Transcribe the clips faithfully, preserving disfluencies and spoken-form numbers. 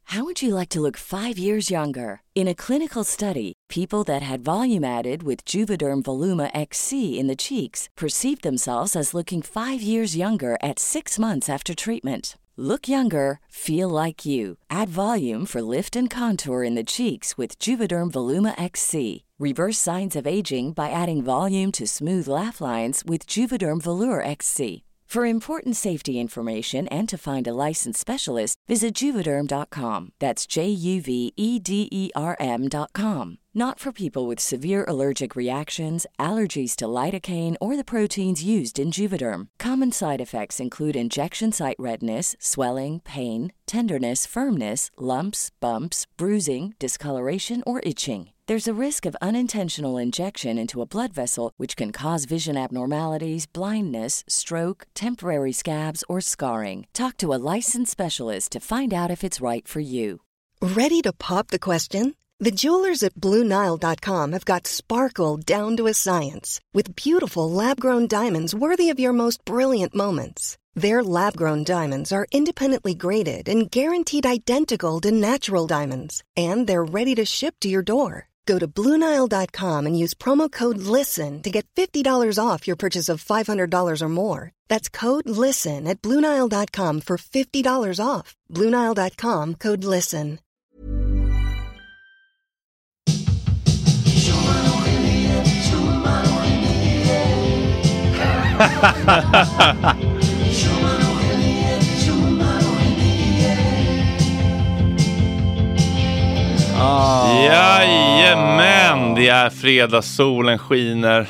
How would you like to look five years younger? In a clinical study, people that had volume added with Juvederm Voluma X C in the cheeks perceived themselves as looking five years younger at six months after treatment. Look younger, feel like you. Add volume for lift and contour in the cheeks with Juvederm Voluma X C. Reverse signs of aging by adding volume to smooth laugh lines with Juvederm Volure X C. For important safety information and to find a licensed specialist, visit Juvederm dot com. That's J U V E D E R M dot com. Not for people with severe allergic reactions, allergies to lidocaine, or the proteins used in Juvederm. Common side effects include injection site redness, swelling, pain, tenderness, firmness, lumps, bumps, bruising, discoloration, or itching. There's a risk of unintentional injection into a blood vessel, which can cause vision abnormalities, blindness, stroke, temporary scabs, or scarring. Talk to a licensed specialist to find out if it's right for you. Ready to pop the question? The jewelers at Blue Nile dot com have got sparkle down to a science with beautiful lab-grown diamonds worthy of your most brilliant moments. Their lab-grown diamonds are independently graded and guaranteed identical to natural diamonds, and they're ready to ship to your door. Go to Blue Nile dot com and use promo code LISTEN to get fifty dollars off your purchase of five hundred dollars or more. That's code LISTEN at Blue Nile dot com for fifty dollars off. Blue Nile dot com, code LISTEN. Ah. Jajamän, det är fredag, solen skiner.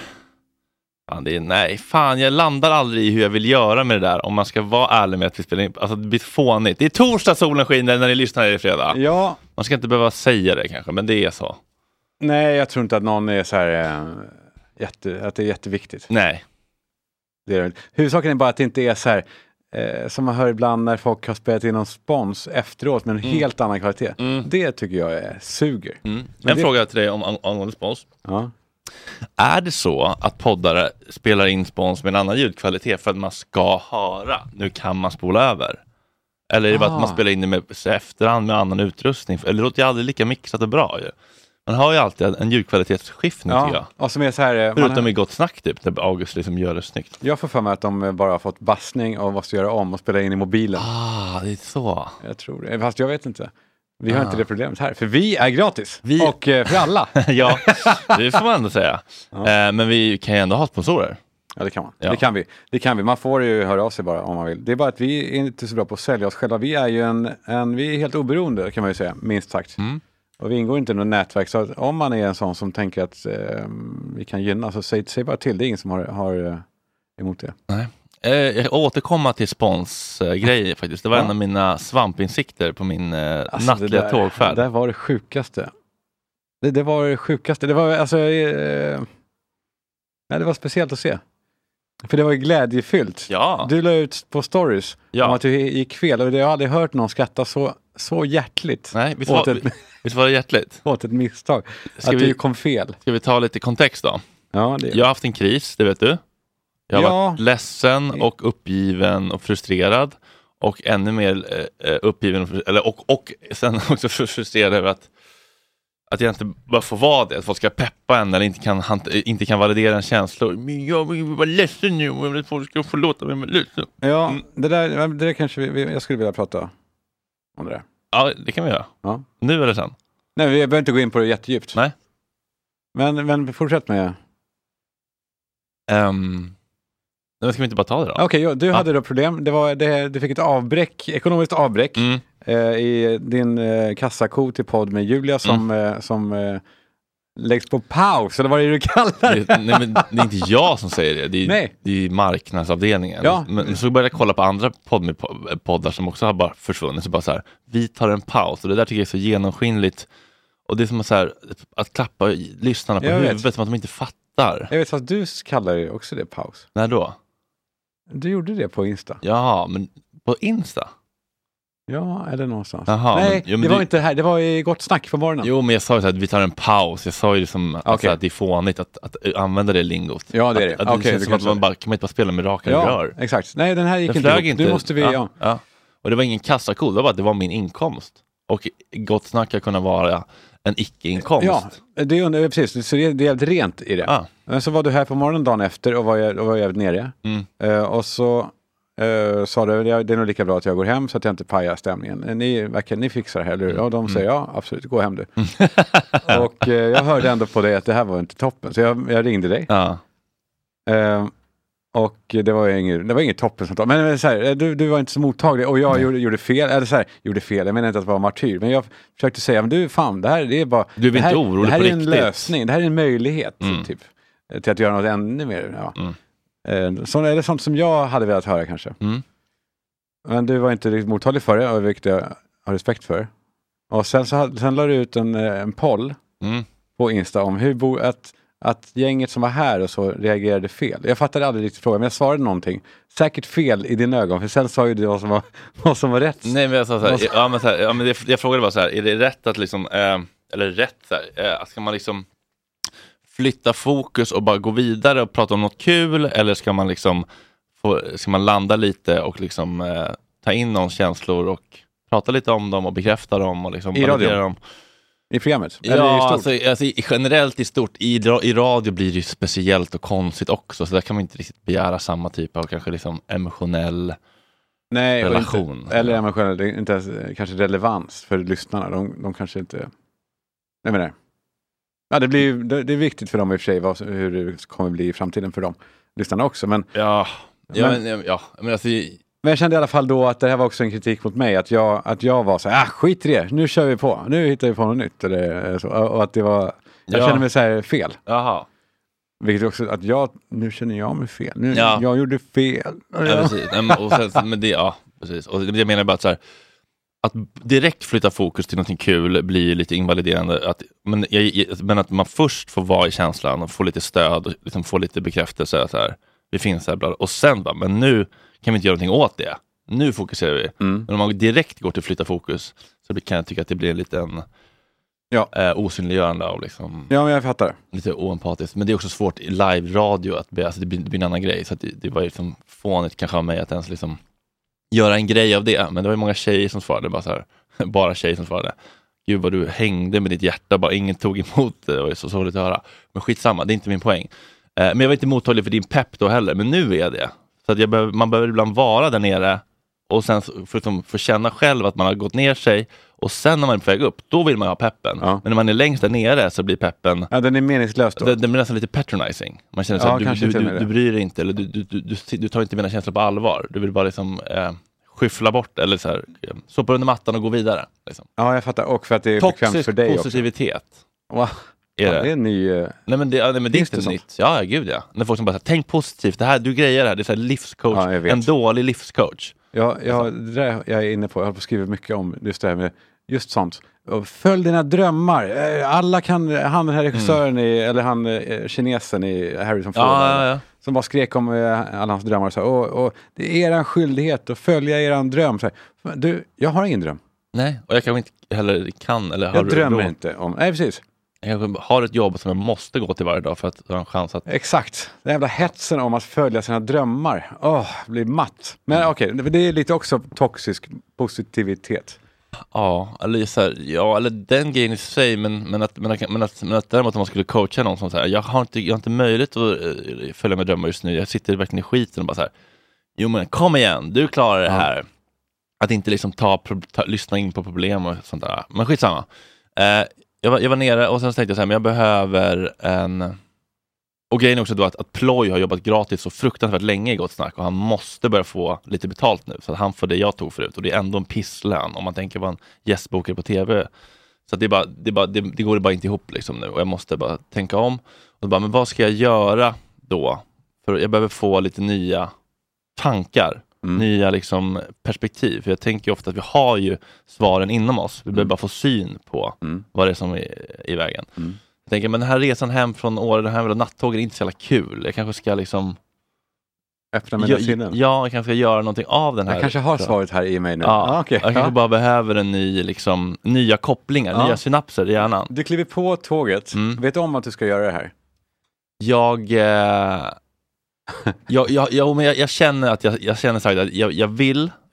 Fan, det är, nej, fan, jag landar aldrig i hur jag vill göra med det där. Om man ska vara ärlig med att vi spelar in. Alltså det blir fånigt. Det är torsdag, solen skiner när ni lyssnar i fredag. Ja. Man ska inte behöva säga det kanske, men det är så. Nej, jag tror inte att någon är så här äh, jätte, att det är jätteviktigt. Nej. Det är, huvudsaken är bara att det inte är så här eh, som man hör ibland när folk har spelat in någon spons efteråt med en mm. helt annan kvalitet. Mm. Det tycker jag är suger. Mm. En det... fråga till dig om angående spons. Ja. Är det så att poddare spelar in spons med en annan ljudkvalitet för att man ska höra? Nu kan man spola över. Eller är det ah. bara att man spelar in det med efterhand med annan utrustning? Eller det låter ju aldrig lika mixat och bra ju. Man har ju alltid en ljudkvalitetsskiftning, ja, tycker jag. Och som är så här, förutom man... i Gott snack typ, där August liksom gör det snyggt. Jag får för mig att de bara har fått bassning och måste göra om och spela in i mobilen. Ah, det är så. Jag tror det. Fast jag vet inte. Vi har ah. inte det problemet här. För vi är gratis. Vi... Och eh, för alla. Ja, det får man ändå säga. Ja. Eh, men vi kan ju ändå ha sponsorer. Ja, det kan man. Ja. Det kan vi. Det kan vi. Man får ju höra av sig bara om man vill. Det är bara att vi är inte så bra på att sälja oss själva. Vi är ju en, en vi är helt oberoende, kan man ju säga, minst sagt. Mm. Och vi ingår inte i något nätverk, så att om man är en sån som tänker att eh, vi kan gynna, så säg, säg bara till. Det är ingen som har, har eh, emot det. Nej. Eh, jag återkommer till sponsgrejer eh, faktiskt. Det var ja. en av mina svampinsikter på min eh, alltså, nattliga där, tågfärd. Det var det sjukaste. Det, det var det sjukaste. Det var alltså... Eh, nej, det var speciellt att se. För det var ju glädjefyllt. Ja. Du la ut på stories ja. om att du gick fel. Och jag har aldrig hört någon skratta så, så hjärtligt. Nej, visst var, ett, visst var det hjärtligt? Åt ett misstag. Ska att vi, du kom fel. Ska vi ta lite kontext då? Ja, det jag har haft en kris, det vet du. Jag har ja. varit ledsen och uppgiven och frustrerad. Och ännu mer eh, uppgiven och, eller, och, och sen också frustrerad över att Att jag inte bara får vara det. Att folk ska peppa en eller inte kan, inte kan validera en känsla. Men jag var ledsen nu och jag vill att folk ska få låta mig vara ledsen. Ja, mm. det, där, det där kanske vi, jag skulle vilja prata om det där. Ja, det kan vi göra. Ja. Nu eller sen? Nej, vi behöver inte gå in på det jättedjupt. Nej. Men, men fortsätt med... Um, men ska vi inte bara ta det då? Okej, okay, du ja. hade då problem. Det var, det, du fick ett avbräck, ekonomiskt avbräck. Mm. I din eh, kassako till podd med Julia som, mm. eh, som eh, läggs på paus, eller vad är det du kallar det? Nej, men det är inte jag som säger det. Det är, nej. Det är marknadsavdelningen. Ja. Men så började jag kolla på andra podd, poddar som också har bara försvunnit. Så bara så här, vi tar en paus. Och det där tycker jag är så genomskinligt. Och det är som att, så här, att klappa lyssnarna på jag huvudet vet. Som att de inte fattar. Jag vet att du kallar det också det paus. När då? Du gjorde det på Insta. Ja, men på Insta? Ja, eller någonstans. Aha, nej, men, jo, men det var du... inte här. Det var i Gott snack på morgonen. Jo, men jag sa ju så att vi tar en paus. Jag sa ju som okay. alltså, att det är fånigt att, att, att använda det lingot. Ja, det är det. Att, att okay, det känns som att man bara, kan man inte bara spela med raka ja, rör. Exakt. Nej, den här gick den inte, inte. Nu måste vi, ja. Ja. Ja. Och det var ingen kassakod, det var bara att det var min inkomst. och Gott Snack ska kunna vara en icke-inkomst. Ja, det är, precis. Så det är, det är jävligt rent i det. Ah. Men så var du här på morgonen dagen efter och var, jag, och var jävligt nere. Mm. Uh, och så uh, sa du, det är nog lika bra att jag går hem så att jag inte pajar stämningen. Ni, verkar, ni fixar det här, eller hur? Och de säger, mm. ja, absolut, gå hem du. och uh, jag hörde ändå på dig att det här var inte toppen. Så jag, jag ringde dig. Ja. Uh, och det var inget, det var inget toppen som men, men så här, du, du var inte så mottaglig och jag gjorde, gjorde fel, eller så här, gjorde fel, jag menar inte att vara martyr, men jag försökte säga, men du fan, det här det är bara du är det här, inte orolig det här på är en riktigt. lösning, det här är en möjlighet mm. typ, till att göra något ännu mer. Ja. Mm. Eh, så är det sånt som jag hade velat höra kanske. Mm. Men du var inte riktigt mottaglig för det, och vilket jag har respekt för. Och sen, så, sen la du ut en, en poll mm. på Insta om hur bo, att att gänget som var här och så reagerade fel. Jag fattade aldrig riktigt frågan, men jag svarade någonting. Säkert fel i din ögon, för sen sa ju du vad som var, vad som var rätt. Nej, men jag sa så här, ja, men så här, ja, men det, jag frågade bara så här, är det rätt att liksom, eh, eller rätt så här, eh, ska man liksom flytta fokus och bara gå vidare och prata om något kul, eller ska man liksom få, ska man landa lite och liksom eh, ta in någons känslor och prata lite om dem och bekräfta dem och liksom I radio? dem. I programmet? Ja, eller i stort? alltså, alltså i, generellt i stort. I, I radio blir det ju speciellt och konstigt också. Så där kan man inte riktigt begära samma typ av kanske liksom emotionell Nej, relation. Inte, eller emotionell, inte ens kanske relevans för lyssnarna. De, de kanske inte... Nej, men nej. Ja, det, blir, det, det är viktigt för dem i och för sig vad, hur det kommer bli i framtiden för dem. Lyssnarna också, men... Ja, ja, men, men, ja, men alltså... Men jag kände i alla fall då att det här var också en kritik mot mig. Att jag, att jag var så här, ah, skit i det, nu kör vi på. Nu hittar vi på något nytt. Eller så. Och att det var, jag ja. kände mig så här fel. Jaha. Vilket också, att jag, nu känner jag mig fel. Nu, ja. Jag gjorde fel. Ja, precis. och sen, men det, ja, precis. Och det jag menar bara att så här, att direkt flytta fokus till någonting kul blir lite invaliderande. Att, men, jag, men att man först får vara i känslan och få lite stöd och liksom få lite bekräftelse. Så här, vi finns här, bla, och sen bara, men nu kan vi inte göra någonting åt det. Nu fokuserar vi. Mm. Men om man direkt går till flytta fokus så kan jag tycka att det blir en liten ja. eh, osynliggörande av liksom, ja, men jag fattar. Lite oempatiskt. Men det är också svårt i live-radio att be, alltså det, blir, det blir en annan grej. Så att det, det var ju liksom fånigt kanske av mig att ens liksom göra en grej av det. Men det var ju många tjejer som svarade. Bara, så här, bara tjejer som svarade. Gud vad du hängde med ditt hjärta. Bara ingen tog emot det. Det var ju så sorgligt att höra. Men skitsamma, det är inte min poäng. Eh, men jag var inte mottaglig för din pepp då heller. Men nu är jag det. Så att jag behöver, man behöver ibland vara där nere och sen förutom för känna själv att man har gått ner sig och sen när man är på väg upp, då vill man ha peppen. Ja. Men när man är längst där nere så blir peppen... Ja, den är meningslös då. Den, den blir nästan lite patronizing. Man känner så ja, att du, du, du, du bryr dig inte eller du, du, du, du, du tar inte mina känslor på allvar. Du vill bara liksom eh, skyffla bort eller så här, sopa under mattan och gå vidare. Liksom. Ja, jag fattar. Och för att det är toxisk bekvämt för dig positivitet. Också. Wow. Är det? Ja, det är en ny... Uh... Nej, men det, ja, nej, men det är inte det nytt. Ja, ja, gud ja. När folk som bara säger, tänk positivt, det här, du grejer det här. Det är så här livscoach. Ja, en dålig livscoach. Ja, ja det där jag är inne på. Jag har skrivit mycket om just det här med just sånt. Följ dina drömmar. Alla kan, han den här regissören mm. i, eller han kinesen i Harrison Ford. Ja, ja, ja. Som bara skrek om alla hans drömmar. Så här, och, och det är eran skyldighet att följa eran dröm. Så här, du, jag har ingen dröm. Nej, och jag kanske inte heller kan. Eller har jag drömmer råd. inte om. Nej, precis. Jag har ett jobb som jag måste gå till varje dag för att ha en chans att... Exakt. Den jävla hetsen om att följa sina drömmar. Åh, oh, blir matt. Men mm. okej, okay, det är lite också toxisk positivitet. Ja, eller så här, ja, eller den grejen i sig, men, men, att, men, att, men, att, men att däremot om man skulle coacha någon som så här, jag har inte, jag har inte möjlighet att uh, följa med drömmar just nu. Jag sitter verkligen i skiten och bara så här, jo men kom igen, du klarar det här. Ja. Att inte liksom ta, ta, lyssna in på problem och sånt där. Men skitsamma. Uh, Jag var, jag var nere och sen tänkte jag så här, men jag behöver en... Och grejen är också då att, att Ploy har jobbat gratis så fruktansvärt länge i Gott Snack och han måste börja få lite betalt nu så att han får det jag tog förut och det är ändå en pisslön om man tänker på en gästbokare på tv. Så att det, är bara, det, är bara, det, det går bara inte ihop liksom nu och jag måste bara tänka om. Och bara, men vad ska jag göra då? För jag behöver få lite nya tankar. Mm. Nya liksom perspektiv. För jag tänker ju ofta att vi har ju svaren inom oss. Vi mm. behöver bara få syn på mm. vad det är som är i vägen. Mm. Jag tänker, men den här resan hem från Åre, den här nattågen är inte så jävla kul. Jag kanske ska liksom... öppna mina sinnen. Ja, jag kanske ska göra någonting av den här. Jag kanske har svaret här i mig nu. Ja, ah, okay. Jag kanske ja. bara behöver en ny, liksom, nya kopplingar, ja. nya synapser i hjärnan. Du kliver på tåget. Mm. Vet du om att du ska göra det här? Jag... Eh... jag, jag, jag, men jag, jag känner att jag, jag känner sagt att jag, jag vill,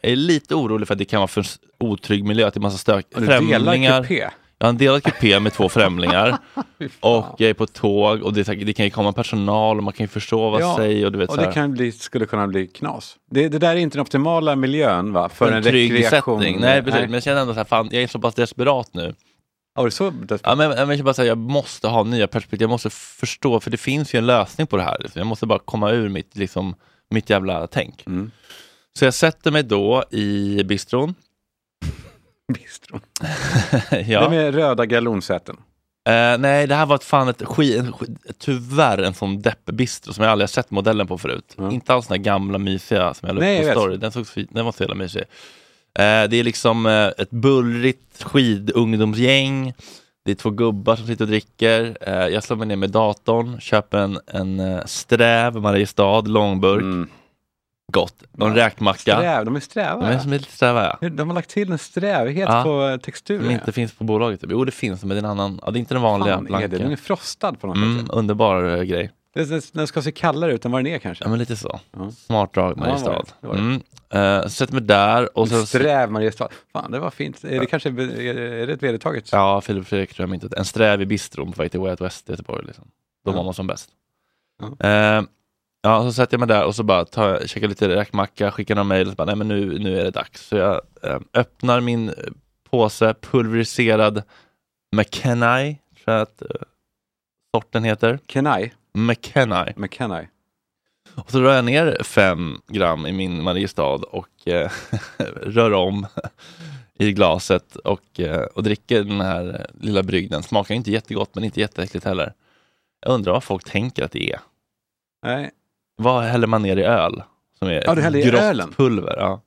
Jag är lite orolig för att det kan vara för otrygg miljö, att det är massa stök. Och du främlingar. delar kupé? Jag har en delad kupé med två främlingar och jag är på tåg och det, det kan ju komma personal och man kan ju försova ja, sig och du vet och så det kan bli, skulle kunna bli knas. Det, det där är inte den optimala miljön va? För en, en trygg rekreation. Setting. Nej, precis. Nej. Men jag känner ändå så här, fan, jag är så pass desperat nu. Ja, det är så desperat? Ja, men, men jag, bara säga, jag måste ha nya perspektiv. Jag måste förstå, för det finns ju en lösning på det här. Jag måste bara komma ur mitt, liksom, mitt jävla tänk. Mm. Så jag sätter mig då i bistron. Bistron. Ja. Det med röda galonsäten. Uh, nej, det här var ett fan ett skit, en, tyvärr en sån deppbistro som jag aldrig har sett modellen på förut. Mm. Inte alls den här gamla mysiga som jag lade på story. Den, såg, den var så jävla mysig. Uh, det är liksom uh, ett bullrigt skidungdomsgäng. Det är två gubbar som sitter och dricker. Uh, jag slår mig ner med datorn, köper en, en uh, sträv Mariestad, långburk. Mm. Gott. De räkmacka. Sträv, de är sträva. De är som är lite sträva, ja. De har lagt till en strävighet ja. på texturen. Som inte finns på bolaget. Jo, det finns, men det är en annan. Ja, det är inte den vanliga Fan, blanka. Är det? Den är frostad på något mm, sätt. Underbar uh, grej. Den ska se kallare ut än vad den är kanske. Ja, men lite så. Ja. Smart drag Mariestad. Ja, mm. uh, sätter mig där. Och så... Sträv Mariestad. Fan, det var fint. Är det kanske är det ett vedertaget? Ja, Filip Fredrik tror jag inte. En sträv i bistron på väg till Way Out West i Göteborg. Liksom. Då var man som bäst. Ja. Uh, Ja, så sätter jag mig där och så bara tar, checkar lite räkmacka, skickar några mejl och så bara, nej men nu, nu är det dags. Så jag äh, öppnar min påse, pulveriserad McKenzie, tror jag att äh, sorten heter. Kenai? McKenzie. McKenzie. Och så rör jag ner fem gram i min Mariestad och äh, rör om i glaset och, äh, och dricker den här lilla brygden. Smakar inte jättegott men inte jätteäckligt heller. Jag undrar vad folk tänker att det är. Nej. Vad häller man ner i öl? Som är ja, du häller i ölen? Pulver, ja.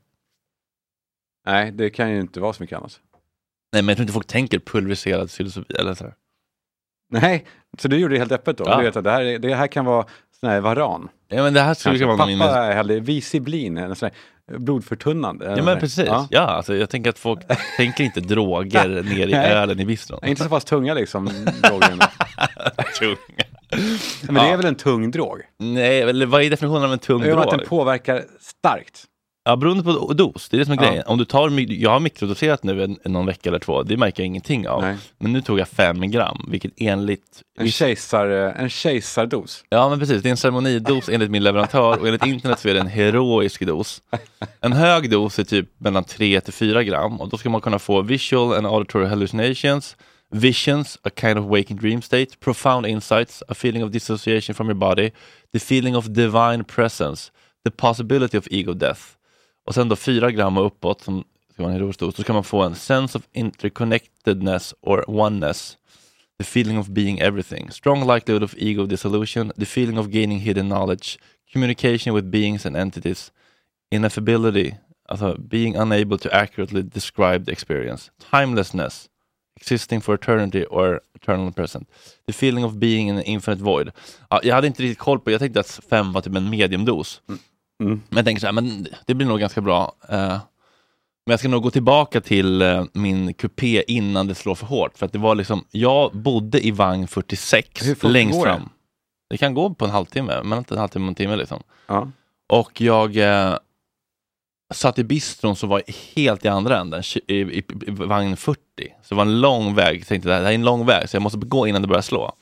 Nej, det kan ju inte vara så mycket annat. Nej, men jag tror inte folk tänker pulveriserad psilocybi eller så här. Nej, så du gjorde det helt öppet då? Ja. Du vet att det här, det här kan vara sån här varan. Ja, men det här skulle kunna vara någon... Pappa hällde visiblin, en sån här blodförtunnande. Ja, men precis. Ja, ja alltså, jag tänker att folk tänker inte droger ner i ölen i bistron. Inte så fast tunga liksom, drogerna. Tunga. Men det är väl en tung drog? Nej, eller vad är definitionen av en tung drog? Att den påverkar starkt. Ja, beroende på dos. Det är det som är ja. grejen. Om du tar, jag har mikrodoserat nu en, någon vecka eller två. Det märker jag ingenting av. Nej. Men nu tog jag fem gram, vilket enligt... En, kejsar, en kejsardos. Ja, men precis. Det är en ceremonidos enligt min leverantör. Och enligt internet så är det en heroisk dos. En hög dos är typ mellan tre till fyra gram. Och då ska man kunna få visual and auditory hallucinations, visions, a kind of waking dream state, profound insights, a feeling of dissociation from your body, the feeling of divine presence, the possibility of ego death. Och sen då fyra gram och uppåt som ska vara en heroisk dos, så ska man få en sense of interconnectedness or oneness, the feeling of being everything, strong likelihood of ego dissolution, the feeling of gaining hidden knowledge, communication with beings and entities, ineffability, alltså being unable to accurately describe the experience, timelessness, existing for eternity or eternal present, the feeling of being in an infinite void. Ja, jag hade inte riktigt koll på, jag tänkte att fem var typ en mediumdos. Mm. Mm. Men jag tänkte så här, men det blir nog ganska bra. Uh, men jag ska nog gå tillbaka till uh, min kupé innan det slår för hårt. För att det var liksom, jag bodde i vagn fyrtiosex längst fram. Det? det kan gå på en halvtimme, men inte en halvtimme och en timme liksom. Ja. Och jag uh, satt i bistron så var jag helt i andra änden, i, i, i, i vagn fyrtio. Så det var en lång väg. Jag tänkte, det här är en lång väg så jag måste gå innan det börjar slå.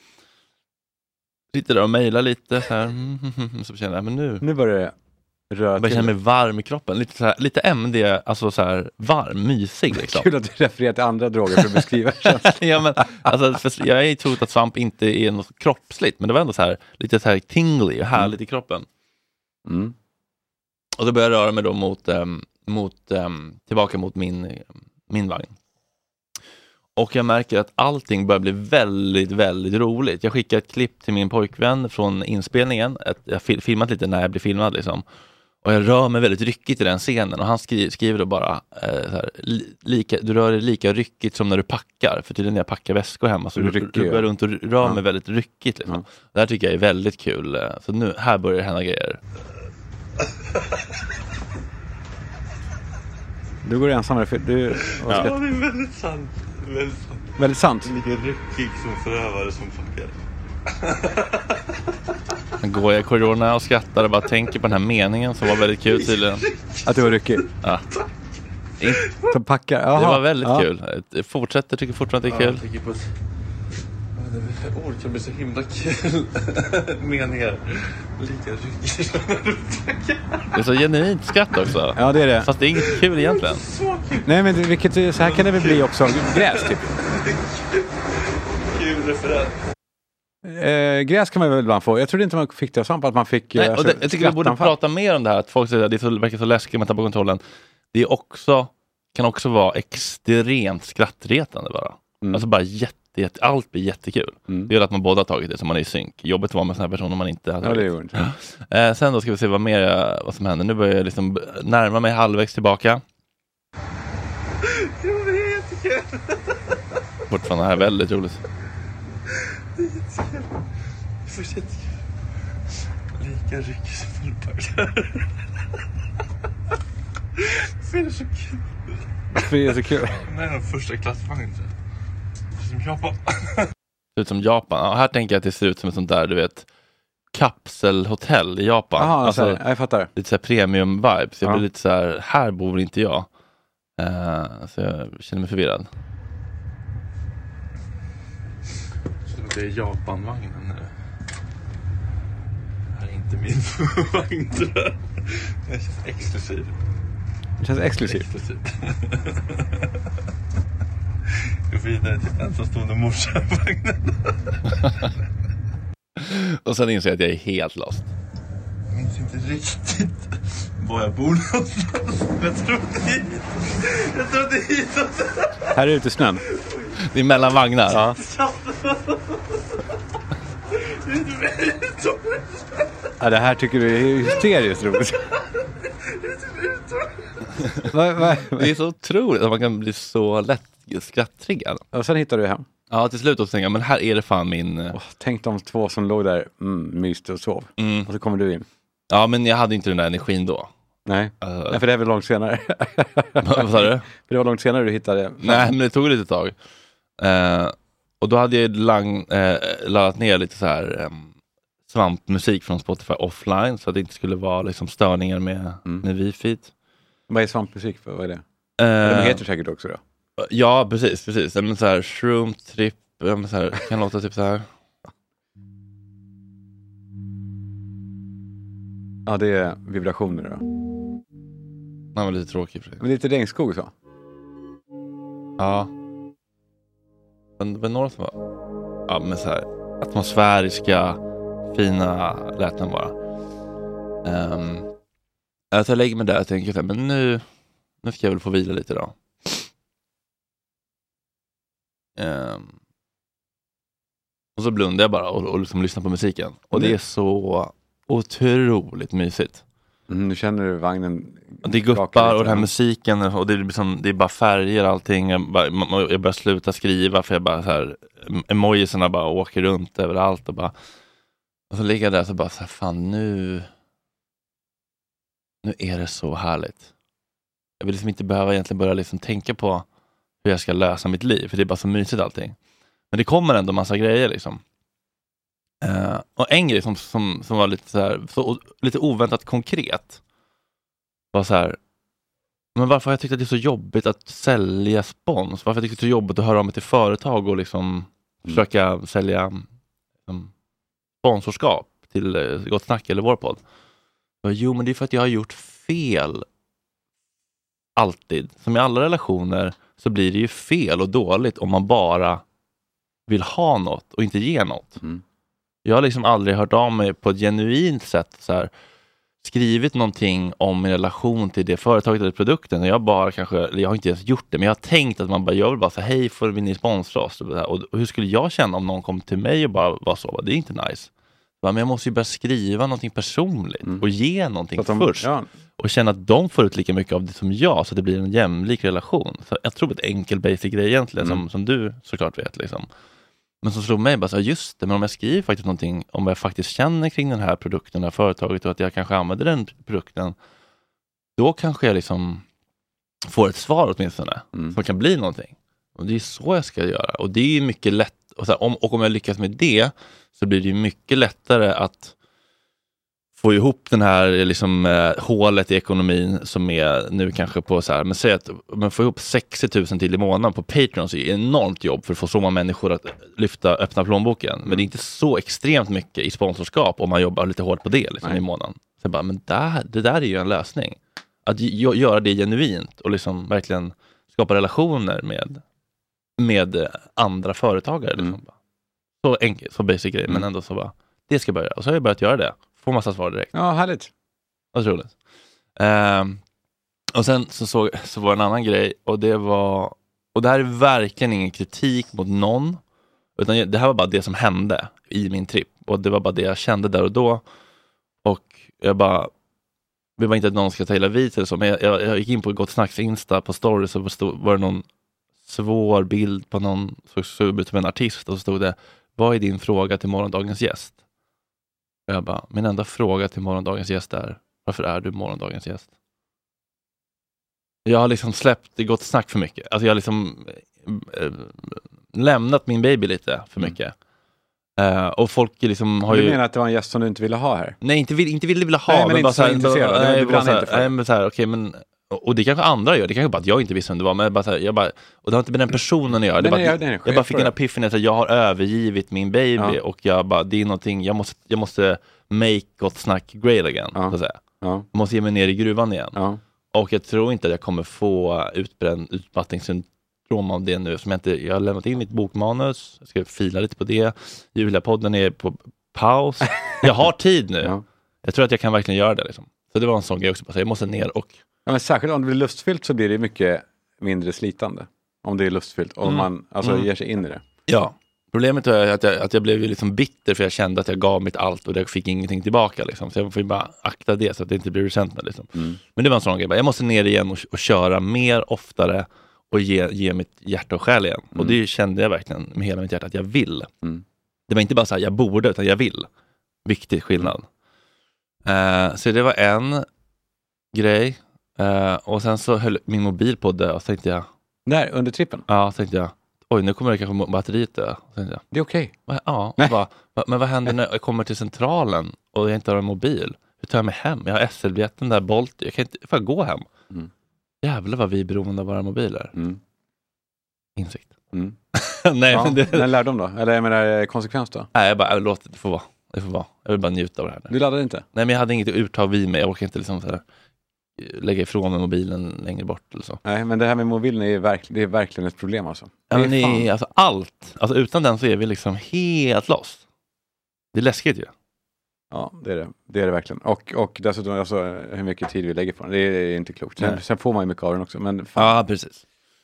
Sitter där och mejlar lite så här. Så känner jag, men nu... Nu börjar det röra. Jag känner mig varm i kroppen. Lite, så här, lite M D, alltså så här varm, mysig liksom. Kul att du refererar till andra droger för att beskriva känslan. Ja, men alltså, för jag är trott att svamp inte är något kroppsligt, men det var ändå så här, lite så här tingly och härligt mm. i kroppen. Mm. Och så började jag röra mig då mot, um, mot um, tillbaka mot min, min vagn. Och jag märker att allting börjar bli väldigt, väldigt roligt. Jag skickar ett klipp till min pojkvän från inspelningen. Ett, jag har filmat lite när jag blir filmad liksom. Och jag rör mig väldigt ryckigt i den scenen. Och han skriver, skriver då bara eh, så här, lika, du rör dig lika ryckigt som när du packar. För tydligen när jag packar väskor hemma så du rör runt och rör ja. mig väldigt ryckigt liksom. Ja. Det här tycker jag är väldigt kul. Så nu, här börjar det hända grejer. Du går ensam för du ja. ja, det är väldigt sant. Väldigt sant. Väldigt sant. Lika ryckig som förövare som fuckar. Jag går i korridorerna och skrattar och bara tänker på den här meningen som var väldigt kul tydligen. Att det var ryckigt? Ja. Som packar. Det var väldigt ja. kul. Jag fortsätter, tycker fortfarande det är kul. Ja, ord kan bli så himla kul. Meningar. Lika ryckigt. Det är så genuint skratt också. Ja, det är det. Fast det är inget kul egentligen. Nej, men vilket, så här kan det väl bli också. Gräs, typ. Kul referens. Eh, gräs kan man väl ibland få. Jag trodde inte man fick det samt att man fick... Nej, alltså, och det, jag tycker vi borde prata mer om det här. Att folk säger att det så, verkar så läskigt med att tappa kontrollen. Det är också, kan också vara extremt skrattretande bara. Mm. Alltså bara jätte, jätte, allt blir jättekul. Mm. Det gör att man båda har tagit det så man är i synk. Jobbet var med såna här personer man inte hade. Ja, det är inte. eh, Sen då ska vi se vad mer, vad som händer. Nu börjar jag liksom närma mig halvvägs tillbaka. Jo, det är jättekul. Fortfarande här, väldigt roligt. Det är jättekul. Det är jättekul. Lika ryckigt som fullpackar. Det är så kul. Det är så kul. Det är den första klassvagnen. Som Japan. Det ser ut som Japan. Ja, här tänker jag att det ser ut som ett sånt där, du vet, kapselhotell i Japan. Aha, alltså, här, jag fattar. Lite så här premium vibes. Jag ja. blir lite så här, här bor inte jag. Uh, så jag känner mig förvirrad. Det är Japanvagnen nu. Det här är inte min vagn, tror jag. Det känns exklusiv. Det känns exklusivt. Exklusiv. Jag får vidare till ensamstående morsavagnen. Och sen inser jag att jag är helt lost. Jag minns inte riktigt var jag bor någonstans. Jag tror det är hit. Jag tror det är hit. Här är ute snön. Det är mellan vagnar. Ja. Ja, det här tycker du är hysteriskt roligt. va, va, va? Det är så otroligt att man kan bli så lätt skratttriggad. Och sen hittar du hem. Ja, till slut och tänker jag, men här är det fan min... Oh, tänk de två som låg där, mm, myste och sov. Mm. Och så kommer du in. Ja, men jag hade inte den där energin då. Nej, uh, Nej för det är väl långt senare. Vad sa du? För det var långt senare du hittade. Nej, men det tog lite tag. Uh, och då hade jag lang, uh, laddat ner lite så här um, svampmusik från Spotify offline, så att det inte skulle vara liksom störningar med, mm. med wifi. Vad är svampmusik för? Vad är det? Uh, det heter säkert också då. Ja, precis, precis. Men så här shroom trip, så här, kan låta typ så här. Ja, det är vibrationer då. Det var lite tråkigt. Men det är lite regnskog så. Ja. Men det var några som var, ja, men så här atmosfäriska, fina lät den bara. Um, jag lägger mig där och tänker så här, men nu, nu ska jag väl få vila lite då. Um, och så blundar jag bara och, och liksom lyssnar på musiken. Och det är så otroligt mysigt. Mm, nu känner du vagnen. Det guppar och den här musiken och det är, liksom, det är bara färger och allting. Jag, bara, jag börjar sluta skriva för jag bara så här, emojisarna bara åker runt överallt och bara, och så ligger jag där så bara så här, fan nu nu är det så härligt. Jag vill liksom inte behöva egentligen börja liksom tänka på hur jag ska lösa mitt liv, för det är bara så mysigt allting. Men det kommer ändå massa grejer liksom. Uh, och en grej som, som, som var lite så här, så, lite oväntat konkret var så här, men varför har jag tyckt att det är så jobbigt att sälja spons? Varför har jag tyckt att det är så jobbigt att höra av mig till företag och liksom mm. försöka sälja liksom, sponsorskap till uh, Gott Snack eller vår podd? Och, jo, men det är för att jag har gjort fel alltid. Som i alla relationer så blir det ju fel och dåligt om man bara vill ha något och inte ge något. Mm. Jag har liksom aldrig hört av mig på ett genuint sätt så här, skrivit någonting om min relation till det företaget eller produkten. Och jag bara kanske, eller jag har inte ens gjort det, men jag har tänkt att man bara, jag vill bara säga hej, får vi ni sponsra oss? Och, och hur skulle jag känna om någon kom till mig och bara var så? Det är inte nice. Men jag måste ju börja skriva någonting personligt mm. och ge någonting de, först. Ja. Och känna att de får ut lika mycket av det som jag, så att det blir en jämlik relation. Så jag tror att en enkel basic grej egentligen, mm. som, som du såklart vet liksom. Men som slog mig bara så här, just det, men om jag skriver faktiskt någonting om vad jag faktiskt känner kring den här produkten, det här företaget, och att jag kanske använder den produkten, då kanske jag liksom får ett svar åtminstone, mm. som kan bli någonting. Och det är så jag ska göra. Och det är ju mycket lätt Och, så här, om, och om jag lyckas med det så blir det ju mycket lättare att få ihop den här liksom, eh, hålet i ekonomin som är nu kanske på så här, men säg att man får ihop sextio tusen till i månaden på Patreon, så är det enormt jobb för att få så många människor att lyfta, öppna plånboken. Men det är inte så extremt mycket i sponsorskap om man jobbar lite hårt på det liksom, i månaden. Så jag bara, men där, det där är ju en lösning. Att g- göra det genuint och liksom verkligen skapa relationer med, med andra företagare. Liksom. Mm. Så enkelt, så basic grej, mm. men ändå så bara, det ska jag börja. Och så har jag börjat göra det. Får massa svar direkt. Ja, härligt. Otroligt. Um, och sen så, så, så var det en annan grej, och det var, och det här är verkligen ingen kritik mot någon, utan det här var bara det som hände i min trip. Och det var bara det jag kände där och då. Och jag bara, det var inte att någon ska ta illa vid eller så, men jag, jag, jag gick in på Gott Snacks Insta på stories, och stod, var det någon svår bild på någon som såg ut som en artist, och så stod det, vad är din fråga till morgondagens gäst? Och jag bara, min enda fråga till morgondagens gäst är, varför är du morgondagens gäst? Jag har liksom släppt det Gott Snack för mycket. Alltså jag har liksom äh, lämnat min baby lite för mycket. Mm. Uh, och folk liksom har du ju... Du menar att det var en gäst som du inte ville ha här? Nej, inte, vill, inte ville vilja ha. Nej, men, men inte bara så här, intresserad. Bara, nej, bara så här, inte för. Nej, men så här, okej, men... Och det kanske andra gör. Det kanske bara att jag inte visste vem det var. Men bara så här, jag bara, och det har inte med den personen att göra. Det nej, bara, nej, nej, nej, jag bara fick en epiphany att jag har övergivit min baby. Ja. Och jag bara, det är någonting, jag måste, jag måste make Gott Snack great again. Ja. Så att säga. Ja. Jag måste ge mig ner i gruvan igen. Ja. Och jag tror inte att jag kommer få utbränd utmattningssyndrom av det nu. Som jag, inte, jag har lämnat in mitt bokmanus. Jag ska fila lite på det. Julia-podden är på paus. Jag har tid nu. Ja. Jag tror att jag kan verkligen göra det. Liksom. Så det var en sån grej också. Jag måste ner och... Ja, men särskilt om det blir lustfyllt så blir det mycket mindre slitande. Om det är lustfyllt. Om mm. man alltså mm. ger sig in i det. Ja. Problemet är att jag, att jag blev liksom bitter, för jag kände att jag gav mitt allt och jag fick ingenting tillbaka. Liksom. Så jag får bara akta det så att det inte blir resentment. Liksom. Mm. Men det var en sån grej. Jag måste ner igen och, och köra mer oftare och ge, ge mitt hjärta och själ igen. Mm. Och det kände jag verkligen med hela mitt hjärta att jag vill. Mm. Det var inte bara så här, jag borde, utan jag vill. Viktig skillnad. Mm. Uh, så det var en grej. Uh, och sen så höll min mobil på det och så tänkte jag... Där, under trippen? Ja, tänkte jag. Oj, nu kommer det kanske batteriet dö. Jag. Det är okej. Okay. Ja, bara, men vad händer när jag kommer till centralen och jag inte har en mobil? Hur tar jag mig hem? Jag har S L-biljetten där, Bolt. Jag kan inte, får jag gå hem? Mm. Jävlar vad vi är beroende av våra mobiler. Mm. Insikt. Mm. Nej, ja, men det... Men lärdom då? Eller jag menar konsekvens då? Nej, jag bara, jag låt det få vara. Det får vara. Jag vill bara njuta av det här. Du laddade inte? Nej, men jag hade inget uttag vid mig. Jag orkar inte liksom så här lägga ifrån med mobilen längre bort eller så. Nej, men det här med mobilen är, verk, det är verkligen ett problem alltså. Ja, men det är, alltså allt. Alltså utan den så är vi liksom helt lost. Det är läskigt ju. Ja, det är det. Det är det verkligen. Och, och dessutom alltså, hur mycket tid vi lägger på den. Det är, det är inte klokt. Sen, sen får man ju mycket av den också. Men fan. Ja, precis.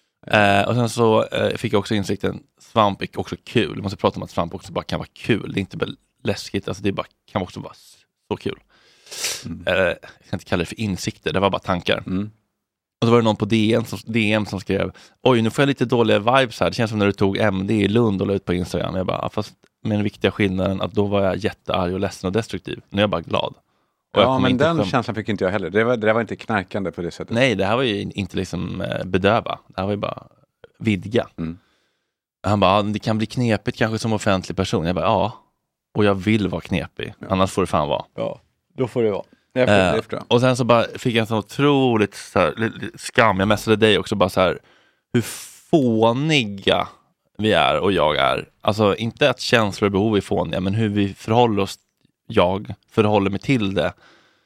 Eh, och sen så eh, fick jag också insikten, svamp är också kul. Jag måste prata om att svamp också bara kan vara kul. Det är inte bara läskigt. Alltså det är bara, kan också vara så kul. Mm. Eh, jag kan inte kalla det för insikter, det var bara tankar. Mm. Och så var det någon på D M som, D M som skrev, oj, nu får jag lite dåliga vibes här. Det känns som när du tog M D i Lund och la ut på Instagram. Jag bara, fast med den viktiga skillnaden att då var jag jättearg och ledsen och destruktiv. Nu är jag bara glad. Och ja, men den kom... känslan fick inte jag heller. Det var, det var inte knarkande på det sättet. Nej, det här var ju inte liksom bedöva. Det här var ju bara vidga. Mm. Han bara, det kan bli knepigt kanske som offentlig person. Jag bara, ja. Och jag vill vara knepig. Ja. Annars får det fan vara. Ja, då får det vara. Jag får, eh, jag. Och sen så bara fick jag en sån otroligt så här, skam. Jag messade dig också bara så här, hur fåniga vi är och jag är. Alltså inte att känslor och behov är fåniga, men hur vi förhåller oss, jag förhåller mig till det.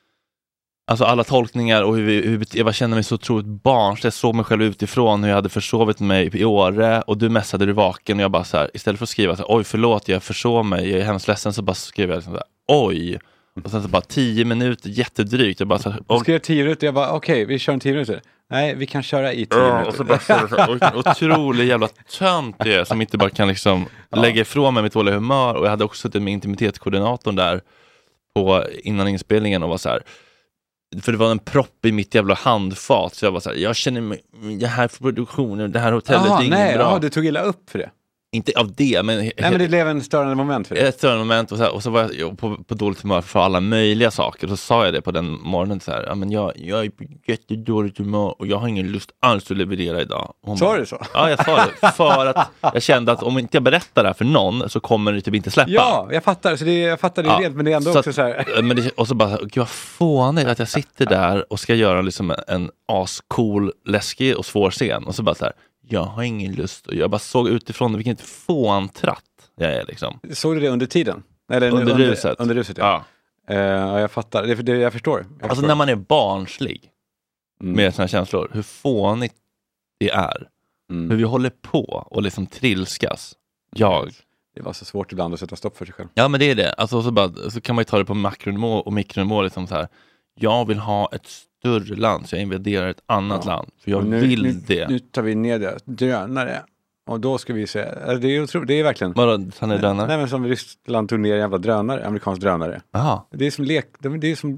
Alltså alla tolkningar och hur, vi, hur jag känner mig så otroligt barns. Jag såg mig själv utifrån hur jag hade försovit mig i Åre och du messade du vaken och jag bara så här, istället för att skriva så här, oj förlåt jag försov mig, jag är hemskt ledsen, så bara skrev jag liksom så här, oj. Och sen så bara tio minuter, jättedrygt. Jag bara så här, och... Du skrev tio minuter, jag bara okej, okay, vi kör en tio minuter. Nej, vi kan köra i tio ja, minuter. Och så bara så här, otroligt jävla tönt det är, som inte bara kan liksom ja. lägga ifrån mig mitt dåliga humör. Och jag hade också suttit med intimitetskoordinatorn där på, innan inspelningen och var så här, för det var en propp i mitt jävla handfat. Så jag var så här, jag känner mig, det här för produktionen, det här hotellet Aha, är ingen nej, bra. Aha, du tog illa upp för det? inte av det, men... Nej, men det blev en störande moment för det. Ett störande moment, och så, här, och så var jag på, på dåligt humör för alla möjliga saker. Och så sa jag det på den morgonen så här, ja, men jag, jag är på jättedåligt humör och jag har ingen lust alls att leverera idag. Sa du så? Ja, jag sa det. För att jag kände att om inte jag berättar det här för någon så kommer det typ inte släppa. Ja, jag fattar. Så det, jag fattar det ja, rent, men det är ändå så också att, så här. Men det, och så bara, gud vad fånigt att jag sitter där och ska göra liksom en, en ascool, läskig och svår scen. Och så bara så här, jag har ingen lust. Och jag bara såg utifrån vilken fåntratt jag är liksom. Såg du det under tiden? Eller under, under ruset. Under ruset, ja. Ja. Uh, ja, jag fattar. Det, det, jag förstår. Jag alltså förstår. när man är barnslig mm. med sina känslor, hur fånigt det är. Mm. Hur vi håller på och liksom trilskas. Jag. Det var så svårt ibland att sätta stopp för sig själv. Ja, men det är det. Alltså så, bara, så kan man ju ta det på makronivå och mikronivå liksom så här. Jag vill ha ett större land så jag invaderar ett annat ja. land. För jag nu, vill nu, det. Nu tar vi ner det. Drönare. Och då ska vi se. Det är, otro, det är verkligen. Vadå, han är drönare? Nej, men som Ryssland tog ner jävla drönare. Amerikansk drönare. Aha. Det är som lek. Det är som,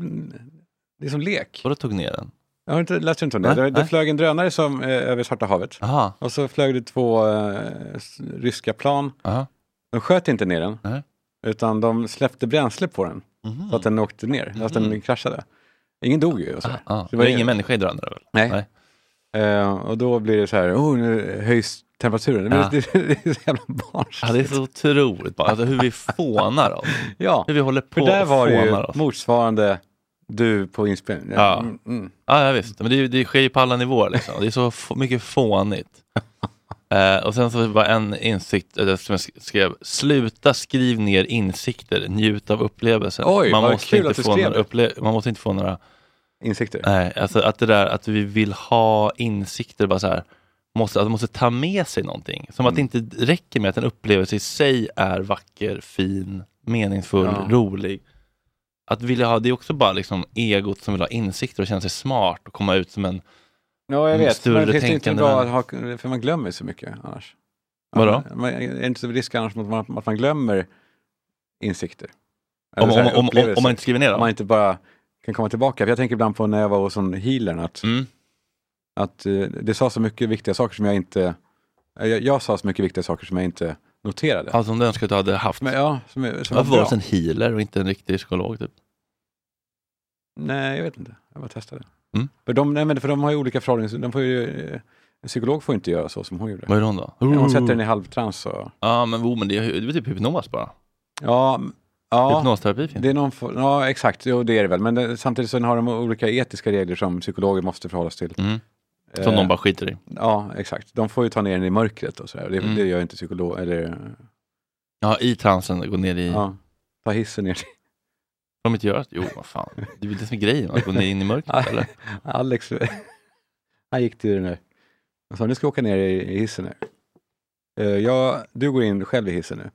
det är som lek. Vadå tog ner den? Jag har inte läst inte om det. Det, det flög en drönare som, eh, över Svarta havet. Aha. Och så flög det två eh, ryska plan. Aha. De sköt inte ner den. Nej. Utan de släppte bränsle på den. Mm. Så att den åkte ner. Mm. Att den kraschade. Ingen dog ju. Och så. Ah, ah. Det var var ingen människa i drönare väl? Nej. Nej. Uh, och då blir det så här, oh, nu höjs temperaturen. Ja. Det, det, det är så jävla barnsligt. Ja, det är så otroligt. Alltså hur vi fånar oss. Ja, hur vi håller på för där var det ju oss. motsvarande du på inspelning. Ja, mm, mm. ja jag visst. Men det, det sker ju på alla nivåer liksom. Det är så f- mycket fånigt. uh, och sen så var en insikt uh, som jag skrev, sluta skriv ner insikter, njut av upplevelsen. Oj, man vad måste kul inte att du få skrev några upple- Man måste inte få några insikter. Nej, alltså att det där att vi vill ha insikter bara så här, måste, alltså måste ta med sig någonting. Som mm. att det inte räcker med att en upplevelse i sig är vacker, fin, meningsfull, ja. rolig. Att vilja ha, det är också bara liksom egot som vill ha insikter och känna sig smart och komma ut som en Ja, jag vet. större Men det är inte tänkande. bra att ha, för man glömmer så mycket annars. Vadå? Man, man, är det inte så risk annars att man, att man glömmer insikter? Om, Eller om, så här, om, om, upplevelser. om man inte skriver ner Om dem? man inte bara kan komma tillbaka. För jag tänker ibland på när jag var hos en healern att, Mm. att uh, det sa så mycket viktiga saker som jag inte jag, jag sa så mycket viktiga saker som jag inte noterade. Alltså om du önskar att du hade haft. Men, ja, som, är- som Varför var var bra. du en healer och inte en riktig psykolog typ? Nej, jag vet inte. Jag bara testade. Mm. För, de, nej, men för de har ju olika förhållningar. De får ju, en psykolog får inte göra så som hon gjorde. Vad är hon då? Hon sätter den i halvtrans. Och, Ja, men, oh, men det är ju det är typ hypnos bara. ja, ja. Hypnosterapi finns. Det är någon for, ja, exakt. Jo, det är det väl. Men det, samtidigt så har de olika etiska regler som psykologer måste förhålla sig till. Mm. Som Eh, de bara skiter i. Ja, exakt. De får ju ta ner den i mörkret och så här. Det, Mm. det gör inte psykolog. Eller, Ja, i transen, gå ner i... ja, ta hissen ner. Får de inte göra? Jo, vad fan. Det är väl det som är grejen, att gå ner in i mörkret, eller? Alex, han gick till den här. Han sa, nu ska jag åka ner i, i hissen nu. Uh, ja, du går in själv i hissen nu.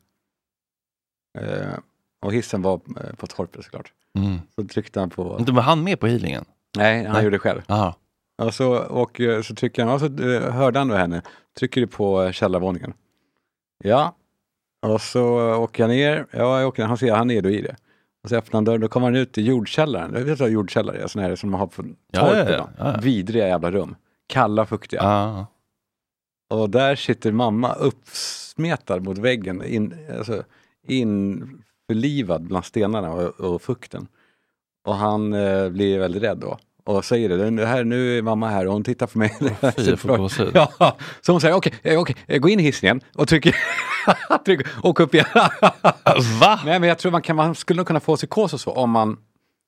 Uh, och hissen var uh, på torpet såklart. Mm. Så tryckte han på... Inte var han med på healingen? Nej, han Nej. gjorde det själv. Aha. Och så, och, uh, så trycker han, och så uh, hörde han då henne. Trycker du på uh, källarvåningen. Ja. Och så uh, åker jag ner. Ja, jag åker ner. Han säger, han är då i det. Och så öppnar han dörren, då kommer han ut i jordkällaren. Jag vet vad jordkällare är, sån här som man har på torpet. Ja, ja, ja, ja. Vidriga jävla rum. Kalla, fuktiga. Ah. Och där sitter mamma uppsmetad mot väggen, in, alltså, införlivad bland stenarna och, och fukten. Och han eh, blir väldigt rädd då. Och säger det, det här, nu är mamma här och hon tittar på mig. Fy, jag får gåshud. Ja, så hon säger, okej, okay, okay, gå in i hissen igen och trycker, trycker åk upp igen. Va? Nej, men jag tror man, kan, man skulle nog kunna få psykos och så om man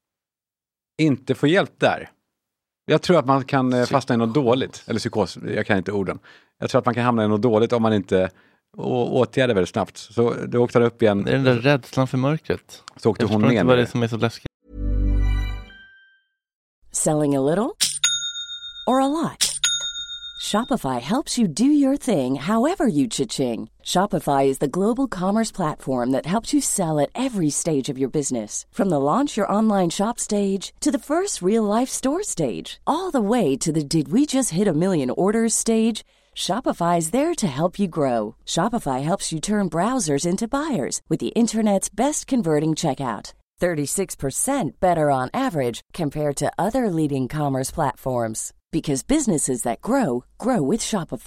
inte får hjälp där. Jag tror att man kan eh, fastna i något dåligt. Eller psykos, jag kan inte orden. Jag tror att man kan hamna i något dåligt om man inte å- åtgärdar väldigt snabbt. Så då åkte han upp igen. Det är den där rädslan för mörkret. Så åkte Jag hon förstår ner inte vad det är med. som är så läskigt. Selling a little or a lot? Shopify helps you do your thing however you cha-ching. Shopify is the global commerce platform that helps you sell at every stage of your business. From the launch your online shop stage to the first real-life store stage, all the way to the did we just hit a million orders stage. Shopify is there to help you grow. Shopify helps you turn browsers into buyers with the internet's best converting checkout. thirty-six percent better on average compared to other leading commerce platforms. Because businesses that grow, grow with Shopify.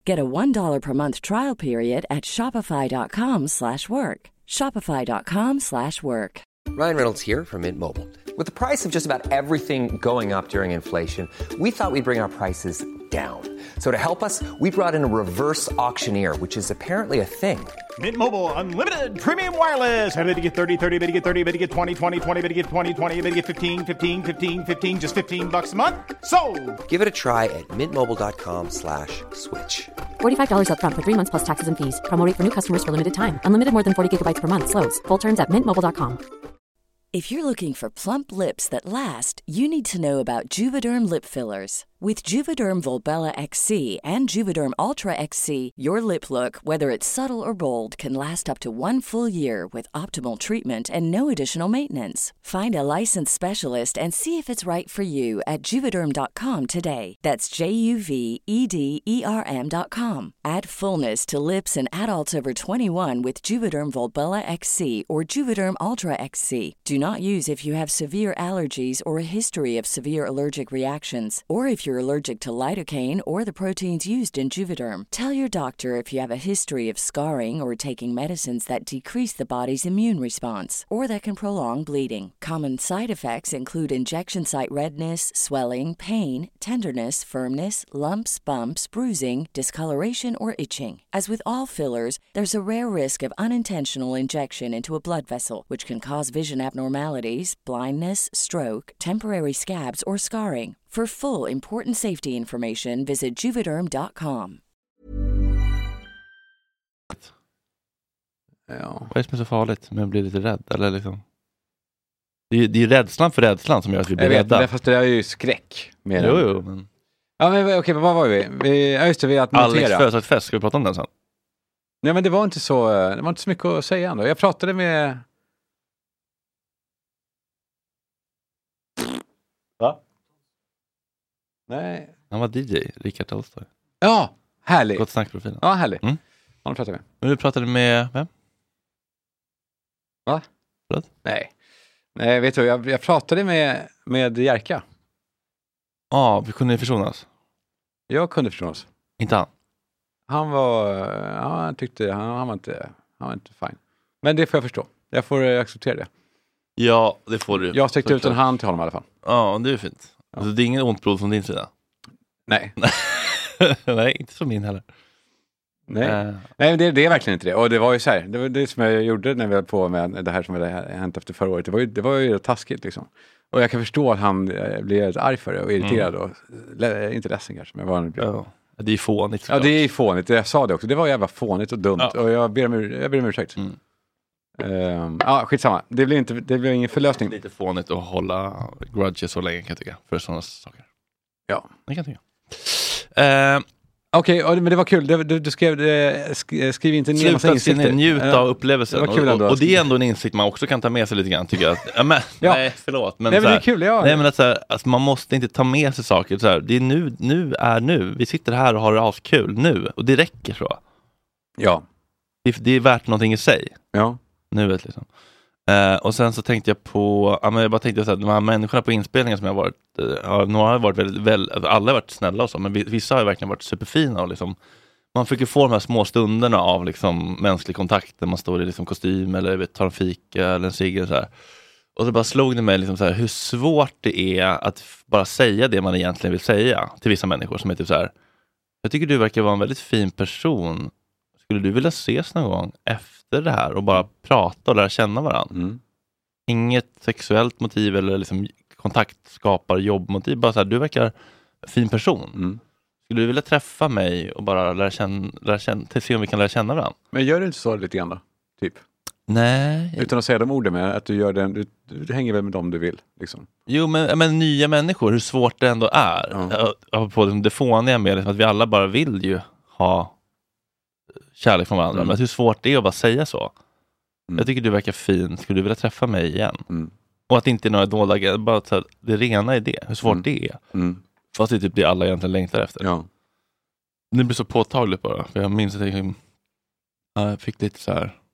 Get a one dollar per month trial period at shopify.com slash work. Shopify.com slash work. Ryan Reynolds here from Mint Mobile. With the price of just about everything going up during inflation, we thought we'd bring our prices down. So to help us, we brought in a reverse auctioneer, which is apparently a thing. Mint Mobile Unlimited Premium Wireless. How to get thirty, thirty, how to get thirty, how to get twenty, twenty, twenty, how to get twenty, twenty, how to get fifteen, fifteen, fifteen, fifteen, just fifteen bucks a month? Sold! Give it a try at mintmobile.com slash switch. forty-five dollars up front for three months plus taxes and fees. Promo rate for new customers for limited time. Unlimited more than forty gigabytes per month. Slows full terms at mint mobile dot com. If you're looking for plump lips that last, you need to know about Juvederm lip fillers. With Juvederm Volbella X C and Juvederm Ultra X C, your lip look, whether it's subtle or bold, can last up to one full year with optimal treatment and no additional maintenance. Find a licensed specialist and see if it's right for you at juvederm dot com today. That's J U V E D E R M dot com. Add fullness to lips in adults over twenty-one with Juvederm Volbella X C or Juvederm Ultra X C. Do not use if you have severe allergies or a history of severe allergic reactions, or if you're allergic to lidocaine or the proteins used in Juvederm. Tell your doctor if you have a history of scarring or taking medicines that decrease the body's immune response or that can prolong bleeding. Common side effects include injection site redness, swelling, pain, tenderness, firmness, lumps, bumps, bruising, discoloration, or itching. As with all fillers, there's a rare risk of unintentional injection into a blood vessel, which can cause vision abnormalities, blindness, stroke, temporary scabs, or scarring. For full important safety information, visit juvederm dot com. Ja. Vad är det som är så farligt med att bli lite rädd? Eller liksom? Det är ju det är rädslan för rädslan som gör att vi blir jag vet, rädda. Men fast det är ju skräck. Med jo, jo, men... Ja, men okej, vad var vi? vi ja, just det, vi att notera. Alex födelsedagsfest, ska vi prata om den sen? Nej, men det var inte så, det var inte så mycket att säga ändå. Jag pratade med... Va? Nej. Han var D J, Rickard Tolstoy. Ja, härligt. Gott snackprofilen. Ja, härligt. Mm. Han pratade med. Men du pratade med vem? Va? Förlåt? Nej. Nej, vet du, jag, jag pratade med, med Jerka. Ja, ah, vi kunde försonas. Jag kunde försonas. Inte han? Han var, ja, han tyckte, han, han var inte, han var inte fine. Men det får jag förstå. Jag får acceptera det. Ja, det får du. Jag sträckte ut en hand till honom i alla fall. Ja, det är fint. Ja. Alltså, det är ingen ont blod från din sida? Nej. Nej, inte som min heller. Nej, uh. Nej det, det är verkligen inte det. Och det var ju så här, det var det som jag gjorde när vi var på med det här som hade hänt efter förra året. Det var ju, det var ju taskigt liksom. Och jag kan förstå att han blev arg för det och irriterad mm. och lä- inte ledsen kanske. Men var ja. Det är fånigt. Ja, det är fånigt. Jag sa det också. Det var jävla fånigt och dumt. Ja. Och jag ber om, jag ber om ursäkt. Mm. Um, ja, skitsamma. Det blir, inte, det blir ingen förlösning. Lite fånigt att hålla grudges så länge kan jag tycka. För sådana saker. Ja. Det kan jag tycka. Uh, Okej, okay, men det var kul. Du, du, du skrev, sk, skriv inte ner massa insikter. Njut av upplevelsen. Det var kul ändå. Och, och det är ändå en insikt man också kan ta med sig lite grann, tycker jag. Att, ja, men, ja. Nej, förlåt. Men, nej, men så här, det är kul, ja. Nej, men att, så här, alltså, man måste inte ta med sig saker. Så här, det är nu, nu är nu. Vi sitter här och har det askul nu. Och det räcker så. Ja. Det, det är värt någonting i sig. Ja. Nuet liksom. Uh, och sen så tänkte jag på, ja, men jag bara tänkte så här, de här människorna på inspelningen som jag har varit, uh, några har varit väldigt, väl, alla har varit snälla och så, men vissa har verkligen varit superfina och liksom, man fick ju få de här små stunderna av liksom mänsklig kontakt när man står i liksom kostym eller vet, tar en fika eller en cigg så här. Och så bara slog det mig liksom så här, hur svårt det är att bara säga det man egentligen vill säga till vissa människor som är typ så här, jag tycker du verkar vara en väldigt fin person. Skulle du vilja ses någon gång efter det här och bara prata och lära känna varandra? Mm. Inget sexuellt motiv eller liksom kontaktskapar jobbmotiv. Bara så här, du verkar en fin person. Mm. Skulle du vilja träffa mig och bara lära känna, lära känna till se om vi kan lära känna varandra? Men gör du inte så lite grann då? Typ? Nej. Utan att säga de orden med att du gör den, du, du hänger väl med dem du vill liksom. Jo, men, men nya människor, hur svårt det ändå är. Ja. Jag, på det fåniga med liksom, att vi alla bara vill ju ha kärlek från varandra. Mm. Men hur svårt det är att bara säga så. Mm. Jag tycker du verkar fin. Skulle du vilja träffa mig igen? Mm. Och att det inte är några dolda, bara att det rena är det. Hur svårt mm. det är. Mm. Fast det är typ det alla egentligen längtar efter. Ja. Det blir så påtagligt bara. För jag minns att jag, jag fick lite så här.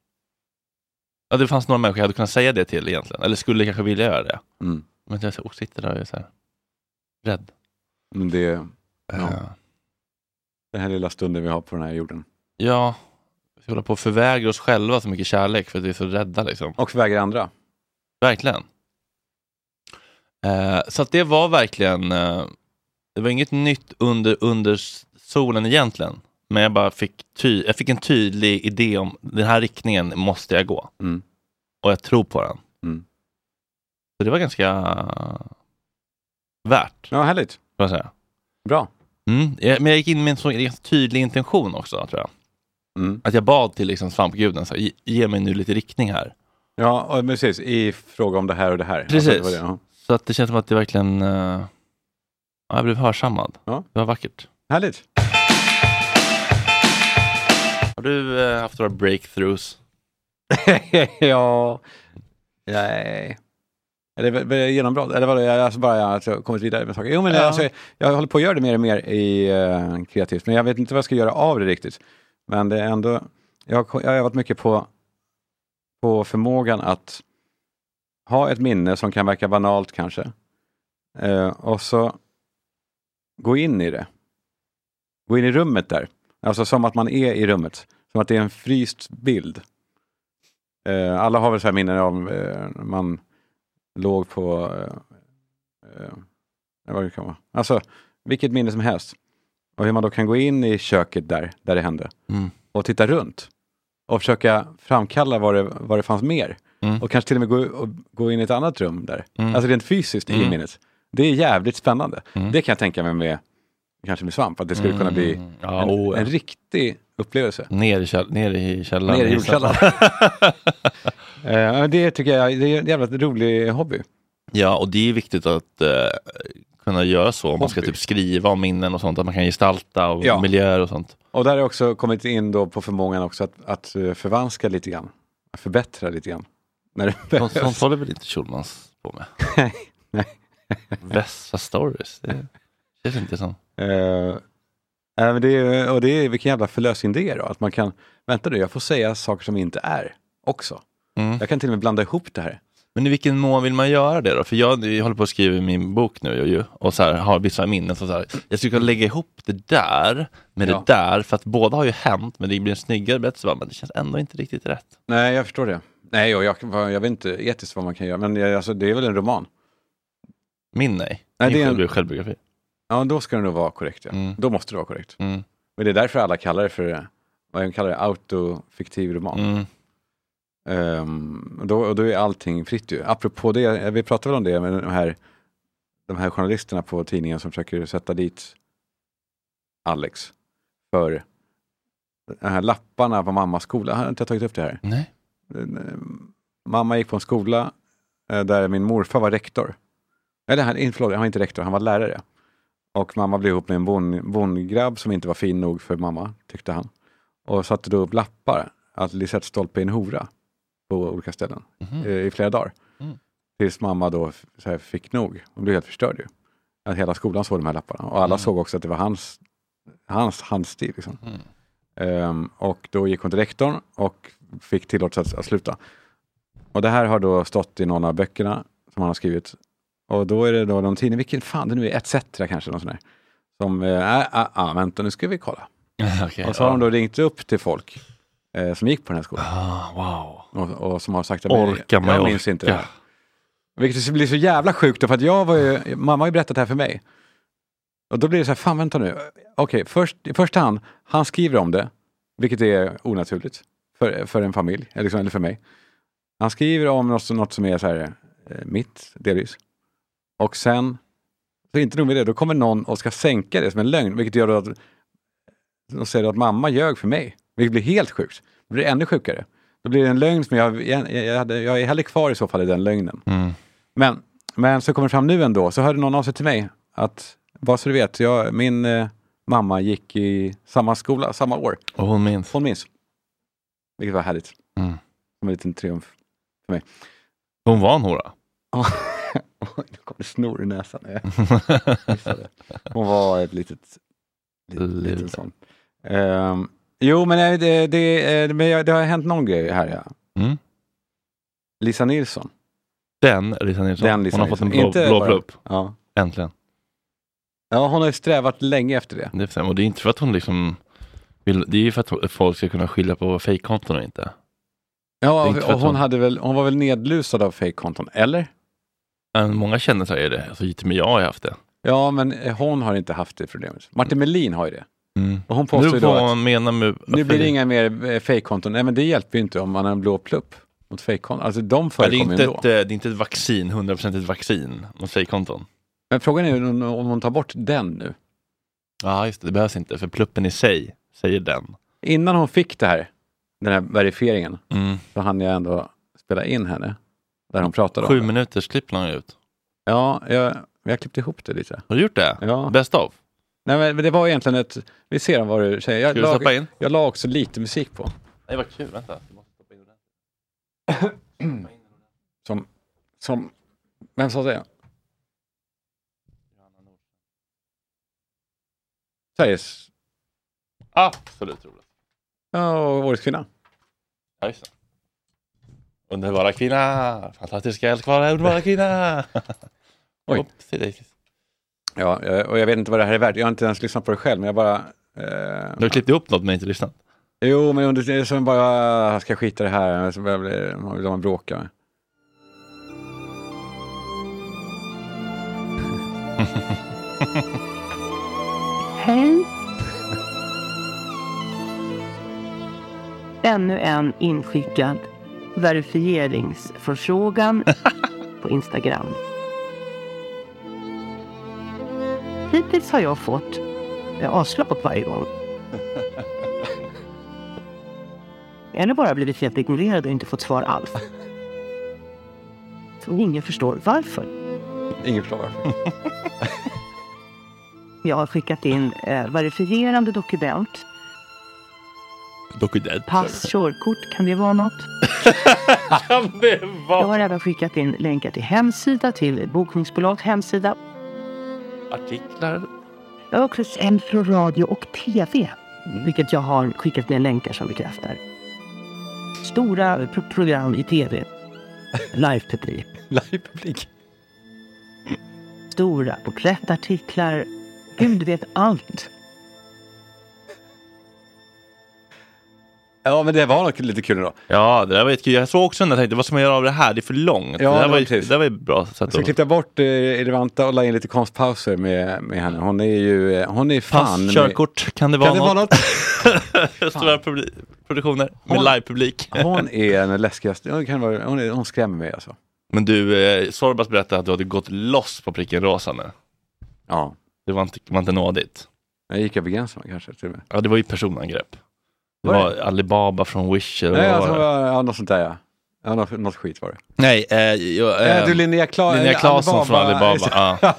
Ja, det fanns några människor jag hade kunnat säga det till egentligen. Eller skulle kanske vilja göra det. Mm. Men jag så, oh, sitter där och är så här rädd. Men det... Ja. Uh. Den här lilla stunden vi har på den här jorden. Ja, vi håller på att förvägra oss själva så mycket kärlek för att vi är så rädda liksom. Och förvägra andra. Verkligen. Eh, så att det var verkligen, eh, det var inget nytt under, under solen egentligen. Men jag bara fick, ty- jag fick en tydlig idé om den här riktningen måste jag gå. Mm. Och jag tror på den. Mm. Så det var ganska värt. Ja, härligt. Får jag säga. Bra. Mm. Jag, men jag gick in med en så en tydlig intention också, tror jag. Mm. Att jag bad till liksom svampguden, så ge, ge mig nu lite riktning här. Ja, och precis. I fråga om det här och det här. Precis. Alltså, det var det, ja. Så att det känns som att det verkligen... Uh, ja, jag blev hörsammad. Ja. Det var vackert. Härligt. Har du uh, haft några breakthroughs? ja. Nej. Eller var det genombrott? Eller var det alltså bara jag alltså, kommit vidare med saker? Jo, men ja. alltså, jag håller på att göra det mer och mer i uh, kreativt. Men jag vet inte vad jag ska göra av det riktigt. Men det är ändå... Jag har, jag har övat mycket på, på förmågan att ha ett minne som kan verka banalt kanske. Uh, och så gå in i det. Gå in i rummet där. Alltså som att man är i rummet. Som att det är en fryst bild. Uh, alla har väl så här minnen av uh, man låg på uh, uh, vad det kan vara. Alltså vilket minne som helst. Och hur man då kan gå in i köket där, där det hände. Mm. Och titta runt. Och försöka framkalla vad det, vad det fanns mer. Mm. Och kanske till och med gå, och gå in i ett annat rum där. Mm. Alltså rent fysiskt Mm. i minnet. Det är jävligt spännande. Mm. Det kan jag tänka mig med kanske med svamp. Att det skulle kunna bli Mm. ja, en, oh, ja. en riktig upplevelse. Ner i, käll- ner i källaren. Ner i jordkällaren. uh, det tycker jag det är en jävla rolig hobby. Ja, och det är viktigt att uh, kunna göra så. Om man ska Hobby. typ skriva om minnen och sånt. Att man kan gestalta och Ja. miljöer och sånt. Och där har jag också kommit in då på förmågan också att, att uh, förvanska lite grann. Att förbättra lite grann. När det Sånt, behövs. sånt håller väl inte Schulmans på med? Nej, nej. Vässa stories. Det känns inte som. Uh, äh, men det är, och det är vilken jävla förlösning det är då. Att man kan, vänta du, jag får säga saker som inte är också. Mm. Jag kan till och med blanda ihop det här. Men i vilken mån vill man göra det då? För jag, jag håller på att skriva min bok nu ju, och så här, har vissa minnen. Så så här, jag skulle kunna lägga ihop det där med Ja. det där. För att båda har ju hänt, men det blir en snyggare berättelse. Men det känns ändå inte riktigt rätt. Nej, jag förstår det. Nej, och jag, jag vet inte etiskt vad man kan göra. Men jag, alltså, det är väl en roman. Min nej. Nej, Min det är en- själv- självbiografi. Ja, då ska det nog vara korrekt. Ja. Mm. Då måste det vara korrekt. Mm. Men det är därför alla kallar det för, vad jag kallar det, autofiktiv roman. Mm. Um, och, då, och då är allting fritt ju. Apropå det, vi pratade väl om det med de här, de här journalisterna på tidningen som försöker sätta dit Alex för de här lapparna på mammas skola. Har inte jag tagit upp det här? Nej. Mamma gick på en skola eh, där min morfar var rektor. Eller han, inte, förlåt, han var inte rektor, han var lärare. Och mamma blev ihop med en bon, bongrabb som inte var fin nog för mamma, tyckte han. Och satte då upp lappar att Lisette Stolpe är en hora på olika ställen Mhm. eh, i flera dagar. Mm. Tills mamma då f- så här, fick nog. Hon blev helt förstörd ju. Att hela skolan såg de här lapparna. Och alla Mm. såg också att det var hans, hans handstil liksom. Mm. Ehm, och då gick hon till rektorn och fick tillåtelse att, att sluta. Och det här har då stått i någon av böckerna som han har skrivit. Och då är det då någon tidning, vilken fan det nu är, et cetera kanske, någon sån här. Som, äh, äh, äh, vänta nu ska vi kolla. Okay, och så har ja. de då ringt upp till folk eh, som gick på den här skolan. Ah, wow. Och, och som har sagt att Orka man jag orka. minns inte det här. Vilket blir så jävla sjukt då, för att jag var ju, mamma har ju berättat det här för mig. Och då blir det så här, fan vänta nu. Okej, först, i första hand, han skriver om det, vilket är onaturligt för, för en familj, eller, liksom, eller för mig. Han skriver om något, något som är så här, eh, mitt, delvis. Och sen, så inte nog med det, då kommer någon och ska sänka det som en lögn, vilket gör då att de säger att mamma ljög för mig. Vilket blir helt sjukt. Det blir ännu sjukare. Då blir det en lögn som jag, jag, jag, hade, jag är heller kvar i så fall i den lögnen. Mm. Men, men så kommer det fram nu ändå, så hörde någon av sig till mig att, bara så du vet, jag, min eh, mamma gick i samma skola, samma år. Och hon minns. Hon minns. Vilket var härligt. Mm. Som en liten triumf för mig. Hon var en hora. Oj, nu kom det snor i näsan. Jag missade. Hon var ett litet, litet, litet sånt. Um, jo, men det, det, det, det har hänt någon grej här, ja. Mm. Lisa Nilsson. Den Lisa Nilsson. Den Lisa hon har fått en Nilsson. blå, Inte blå bara- plupp. Ja. Äntligen. Ja, hon har ju strävat länge efter det. Det är, och det är inte för att hon liksom vill, det är ju för att folk ska kunna skilja på fake-konton och inte. Ja, inte och hon, hon... hade väl, hon var väl nedlusad av fake-konton, eller? Många kändisar är det. Alltså, till och med jag har haft det. Ja, men hon har inte haft det problemet. Martin Melin har ju det. Mm. Och hon påstår ju då att man menar med, nu blir det inga mer fake-konton. Nej, men det hjälper ju inte om man har en blå plupp mot fake-konton. Alltså de förekommer ja, det, är ändå. inte ett, det är inte ett vaccin, hundra procent ett vaccin mot fake-konton. Men frågan är om, om hon tar bort den nu. Ja, just det. Det behövs inte. För pluppen i sig säger den. Innan hon fick det här, den här verifieringen, mm. så hann jag ändå spela in henne. Där hon pratade Sju om minuters klipp lång ut. Ja, jag, jag klippte ihop det lite. Har du gjort det? Ja. Best of? Nej, men det var egentligen ett... Vi ser vad du säger. Jag, Ska du lag, stoppa in? jag la också lite musik på. Nej, vad kul. Vänta. Du måste stoppa in det. som... Som... Vem sa det? Sveriges... Absolut roligt. Ja, och årets kvinna. Ja, just det. Underbara kvinna. Fantastiska älskvara underbara kvinna. Oj. Upp, se dig. Ja, och jag vet inte vad det här är värt. Jag har inte ens lyssnat på det själv, men jag bara... Eh, du har klippt ihop något men inte lyssnat? Jo, men det är som bara... Jag ska skita det här. Så börjar bli, man vill ha en bråka. Hej. Ännu en inskickad verifieringsförfrågan på Instagram. Hittills har jag fått avslag varje gång. Eller bara blivit helt ignorerad och inte fått svar alls. Så ingen förstår varför. Ingen förstår varför. Jag har skickat in eh, verifierande dokument. Dokument. Pass, körkort, kan det vara något? Kan det vara? Jag har även skickat in länkar till hemsida, till bokningsbolags hemsida. Artiklar. Jag har också en från radio och tv. Vilket jag har skickat med länkar som bekräftar. Stora pro- program i tv. Live-publik. Live-publik. Stora porträttartiklar. Gud vet allt. Ja, men det var nog lite kul då. Ja, det där var kul. Jag såg också när jag tänkte, vad ska man göra av det här? Det är för långt. Ja, det, där var, precis. det där var ju bra. Så jag ska klippa bort eh, relevanta och lägga in lite konstpauser med, med henne. Hon är ju, eh, hon är fan... Pass, körkort, med... kan det vara kan något? Det vara något? Stora publi- produktioner med hon, live-publik. Hon är den läskigaste. Hon, kan vara, hon, är, hon skrämmer mig alltså. Men du, eh, Sorbas berättade att du hade gått loss på pricken rosa nu. Ja. Det var inte, var inte nådigt. Jag gick över gränsen kanske till och med. Ja, det var ju personangrepp. Det var, var det? Alibaba från Wish. Nej, var alltså, det? ja, något sånt där ja. Ja, något, något skit var det. Nej, eh, jag, eh, du Linnea, Kla- Linnea Claesson från Alibaba. Ja.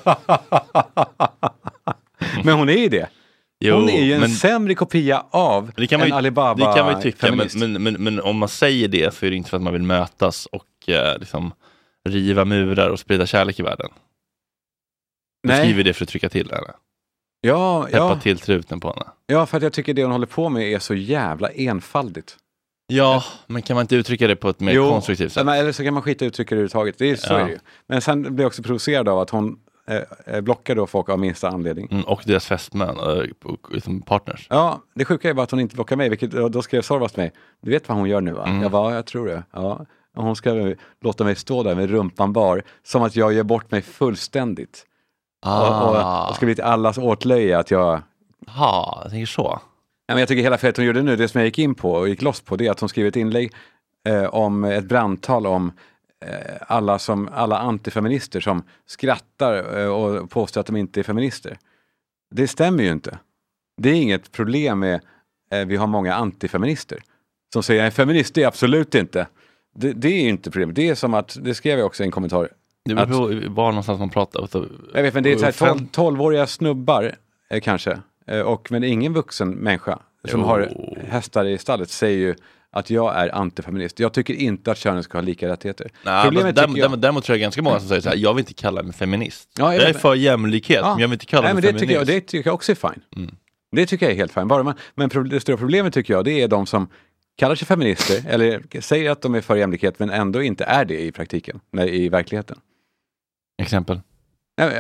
Men hon är ju det. Jo, hon är ju en men, sämre kopia av det kan man en ju, Alibaba. Det kan man ju tycka, men, feminist. men, men, men om man säger det så är det inte för att man vill mötas och eh, liksom riva murar och sprida kärlek i världen. Du Nej. skriver det för att trycka till henne. Ja, Peppa ja. till truten på henne. Ja, för att jag tycker det hon håller på med är så jävla enfaldigt. Ja, men kan man inte uttrycka det på ett mer Jo, konstruktivt sätt? Men, eller så kan man skita uttrycka det överhuvudtaget. Det är, så Ja. är det ju. Men sen blir jag också provocerad av att hon eh, blockar då folk av minsta anledning. Mm, och deras fästmän och, och liksom partners. Ja, det sjuka är bara att hon inte blockar mig, vilket då skrev Sorvas till mig. Du vet vad hon gör nu va? Mm. Jag bara, jag tror det. Ja. Och hon ska låta mig stå där med rumpan bar, som att jag gör bort mig fullständigt. Ah. Och, och, och ska bli till allas åtlöje att jag... Ja, jag tänker så. Ja, men jag tycker hela fett hon gjorde nu, det som jag gick in på och gick loss på, det är att hon skrivit ett inlägg eh, om ett brandtal om eh, alla, som, alla antifeminister som skrattar eh, och påstår att de inte är feminister. Det stämmer ju inte. Det är inget problem med eh, vi har många antifeminister som säger att feminist är absolut inte. Det, det är ju inte problem. Det är som att, det skrev jag också i en kommentar. Det beror på var någonstans man pratar. Så, jag vet, men det är så här fem... tolv, tolvåriga snubbar eh, kanske. Eh, och, men ingen vuxen människa som Jo. har hästar i stallet säger ju att jag är antifeminist. Jag tycker inte att könen ska ha lika rättigheter. Nej, Problemet däremot, tycker jag... däremot, däremot tror jag ganska många som säger så här, jag vill inte kalla mig feminist. Ja, jag jag är vet, för jämlikhet, ja. men jag vill inte kalla Nej, mig men det feminist. tycker jag, det tycker jag också är fine. Mm. Det tycker jag är helt fine. Bara man, men pro- det stora problemet tycker jag, det är de som kallar sig feminister eller säger att de är för jämlikhet men ändå inte är det i praktiken, nej, i verkligheten. Exempel? Nej, alla.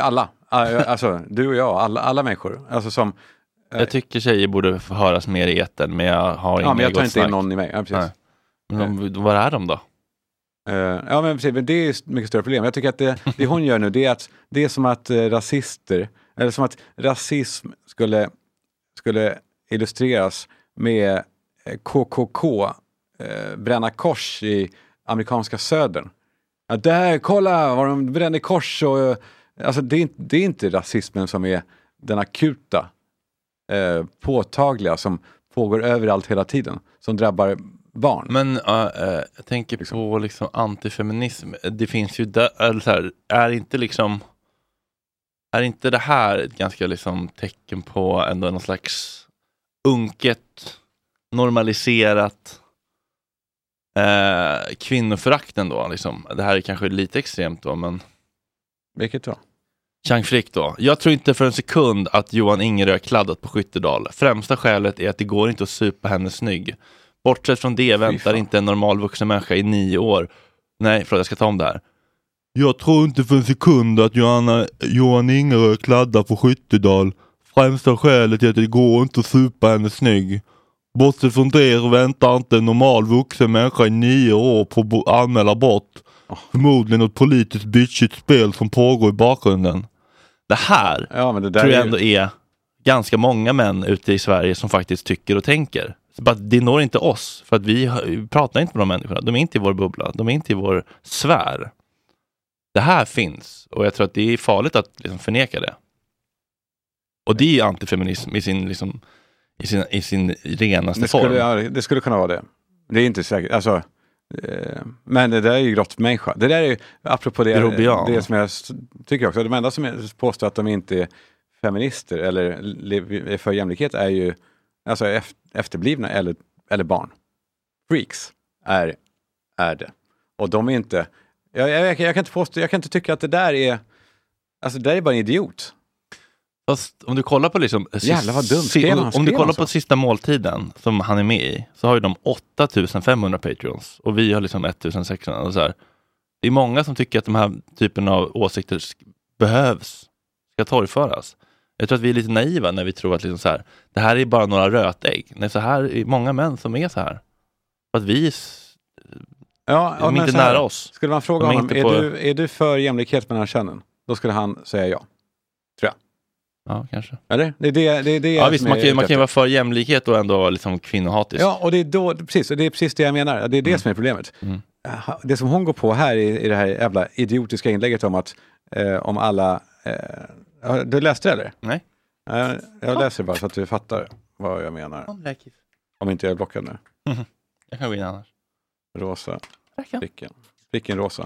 alltså du och jag, alla, alla människor. Alltså som... Jag tycker tjejer borde få höras mer i etern, men jag har ja, men jag tar inte snack. in någon i mig. Ja, precis. Men de, vad är de då? Uh, ja, men precis, men det är ett mycket större problem. Jag tycker att det, det hon gör nu, det är, att, det är som att uh, rasister, eller som att rasism skulle, skulle illustreras med uh, K K K, uh, bränna kors i amerikanska södern. Ja, där, kolla vad de bränner kors. Och, uh, alltså det är, det är inte rasismen som är den akuta, uh, påtagliga, som pågår överallt hela tiden, som drabbar barn. Men uh, uh, jag tänker liksom. på liksom antifeminism. Det finns ju där, eller så här, är inte liksom är inte det här ett ganska liksom tecken på ändå någon slags unket, normaliserat uh, kvinnoförakten då liksom. Det här är kanske lite extremt då, men vilket då? Chang Frick då. Jag tror inte för en sekund att Johan Ingerö kladdat på Skyttedal. Främsta skälet är att det går inte att supa henne snygg. Bortsett från det väntar inte en normal vuxen människa i nio år. Nej, förlåt, jag ska ta om det här. Jag tror inte för en sekund att Johanna, Johan Ingerö kladdar på Skyttedal. Främsta skälet är att det går inte att supa henne snygg. Bortsett från det väntar inte en normal vuxen människa i nio år på att anmäla brott. Förmodligen ett politiskt bitchigt spel som pågår i bakgrunden. Det här ja, men det där tror jag är... ändå är ganska många män ute i Sverige som faktiskt tycker och tänker. Så det når inte oss, för att vi, vi pratar inte med de människorna. De är inte i vår bubbla, de är inte i vår sfär. Det här finns, och jag tror att det är farligt att liksom förneka det. Och det är antifeminism i sin, liksom, i sin, i sin renaste det skulle, form. Ja, det skulle kunna vara det. Det är inte säkert, alltså... Men det där är ju grottmänniska. Det där är ju, apropå det, det som jag tycker också, de enda som påstår att de inte är feminister eller är för jämlikhet är ju alltså efterblivna eller, eller barn. Freaks är, är det. Och de är inte, jag, jag, jag kan inte påstå, jag kan inte tycka att det där är, alltså det där är bara en idiot. Fast om du kollar på liksom jävla vad dumt. Si, om, om du kollar på sista måltiden som han är med i, så har ju de åtta tusen femhundra Patreons och vi har liksom ett tusen sexhundra och så här. Det är många som tycker att de här typen av åsikter behövs, ska torgföras. Jag tror att vi är lite naiva när vi tror att liksom så här, det här är bara några rötägg. Nej, så här är många män som är så här. För att vi ja, de är inte nära här, oss. Skulle man fråga är honom, är, på... du, är du för jämlikhet mellan könen? Då skulle han säga ja. Tror jag. Ja, kanske. Eller? Det är det, det, är det ja, visst, man kan, man kan ju vara för jämlikhet och ändå liksom kvinnohatisk. Ja, och det är, då, precis, och det är precis det jag menar. Det är det mm. som är problemet. Mm. Det som hon går på här i, i det här jävla idiotiska inlägget om att eh, om alla... Eh, du läste det eller? Nej. Eh, jag läser bara så att du fattar vad jag menar. Om inte jag är blockad nu. Mm. Jag kan gå in annars. Rosa. Pricken. Pricken rosa.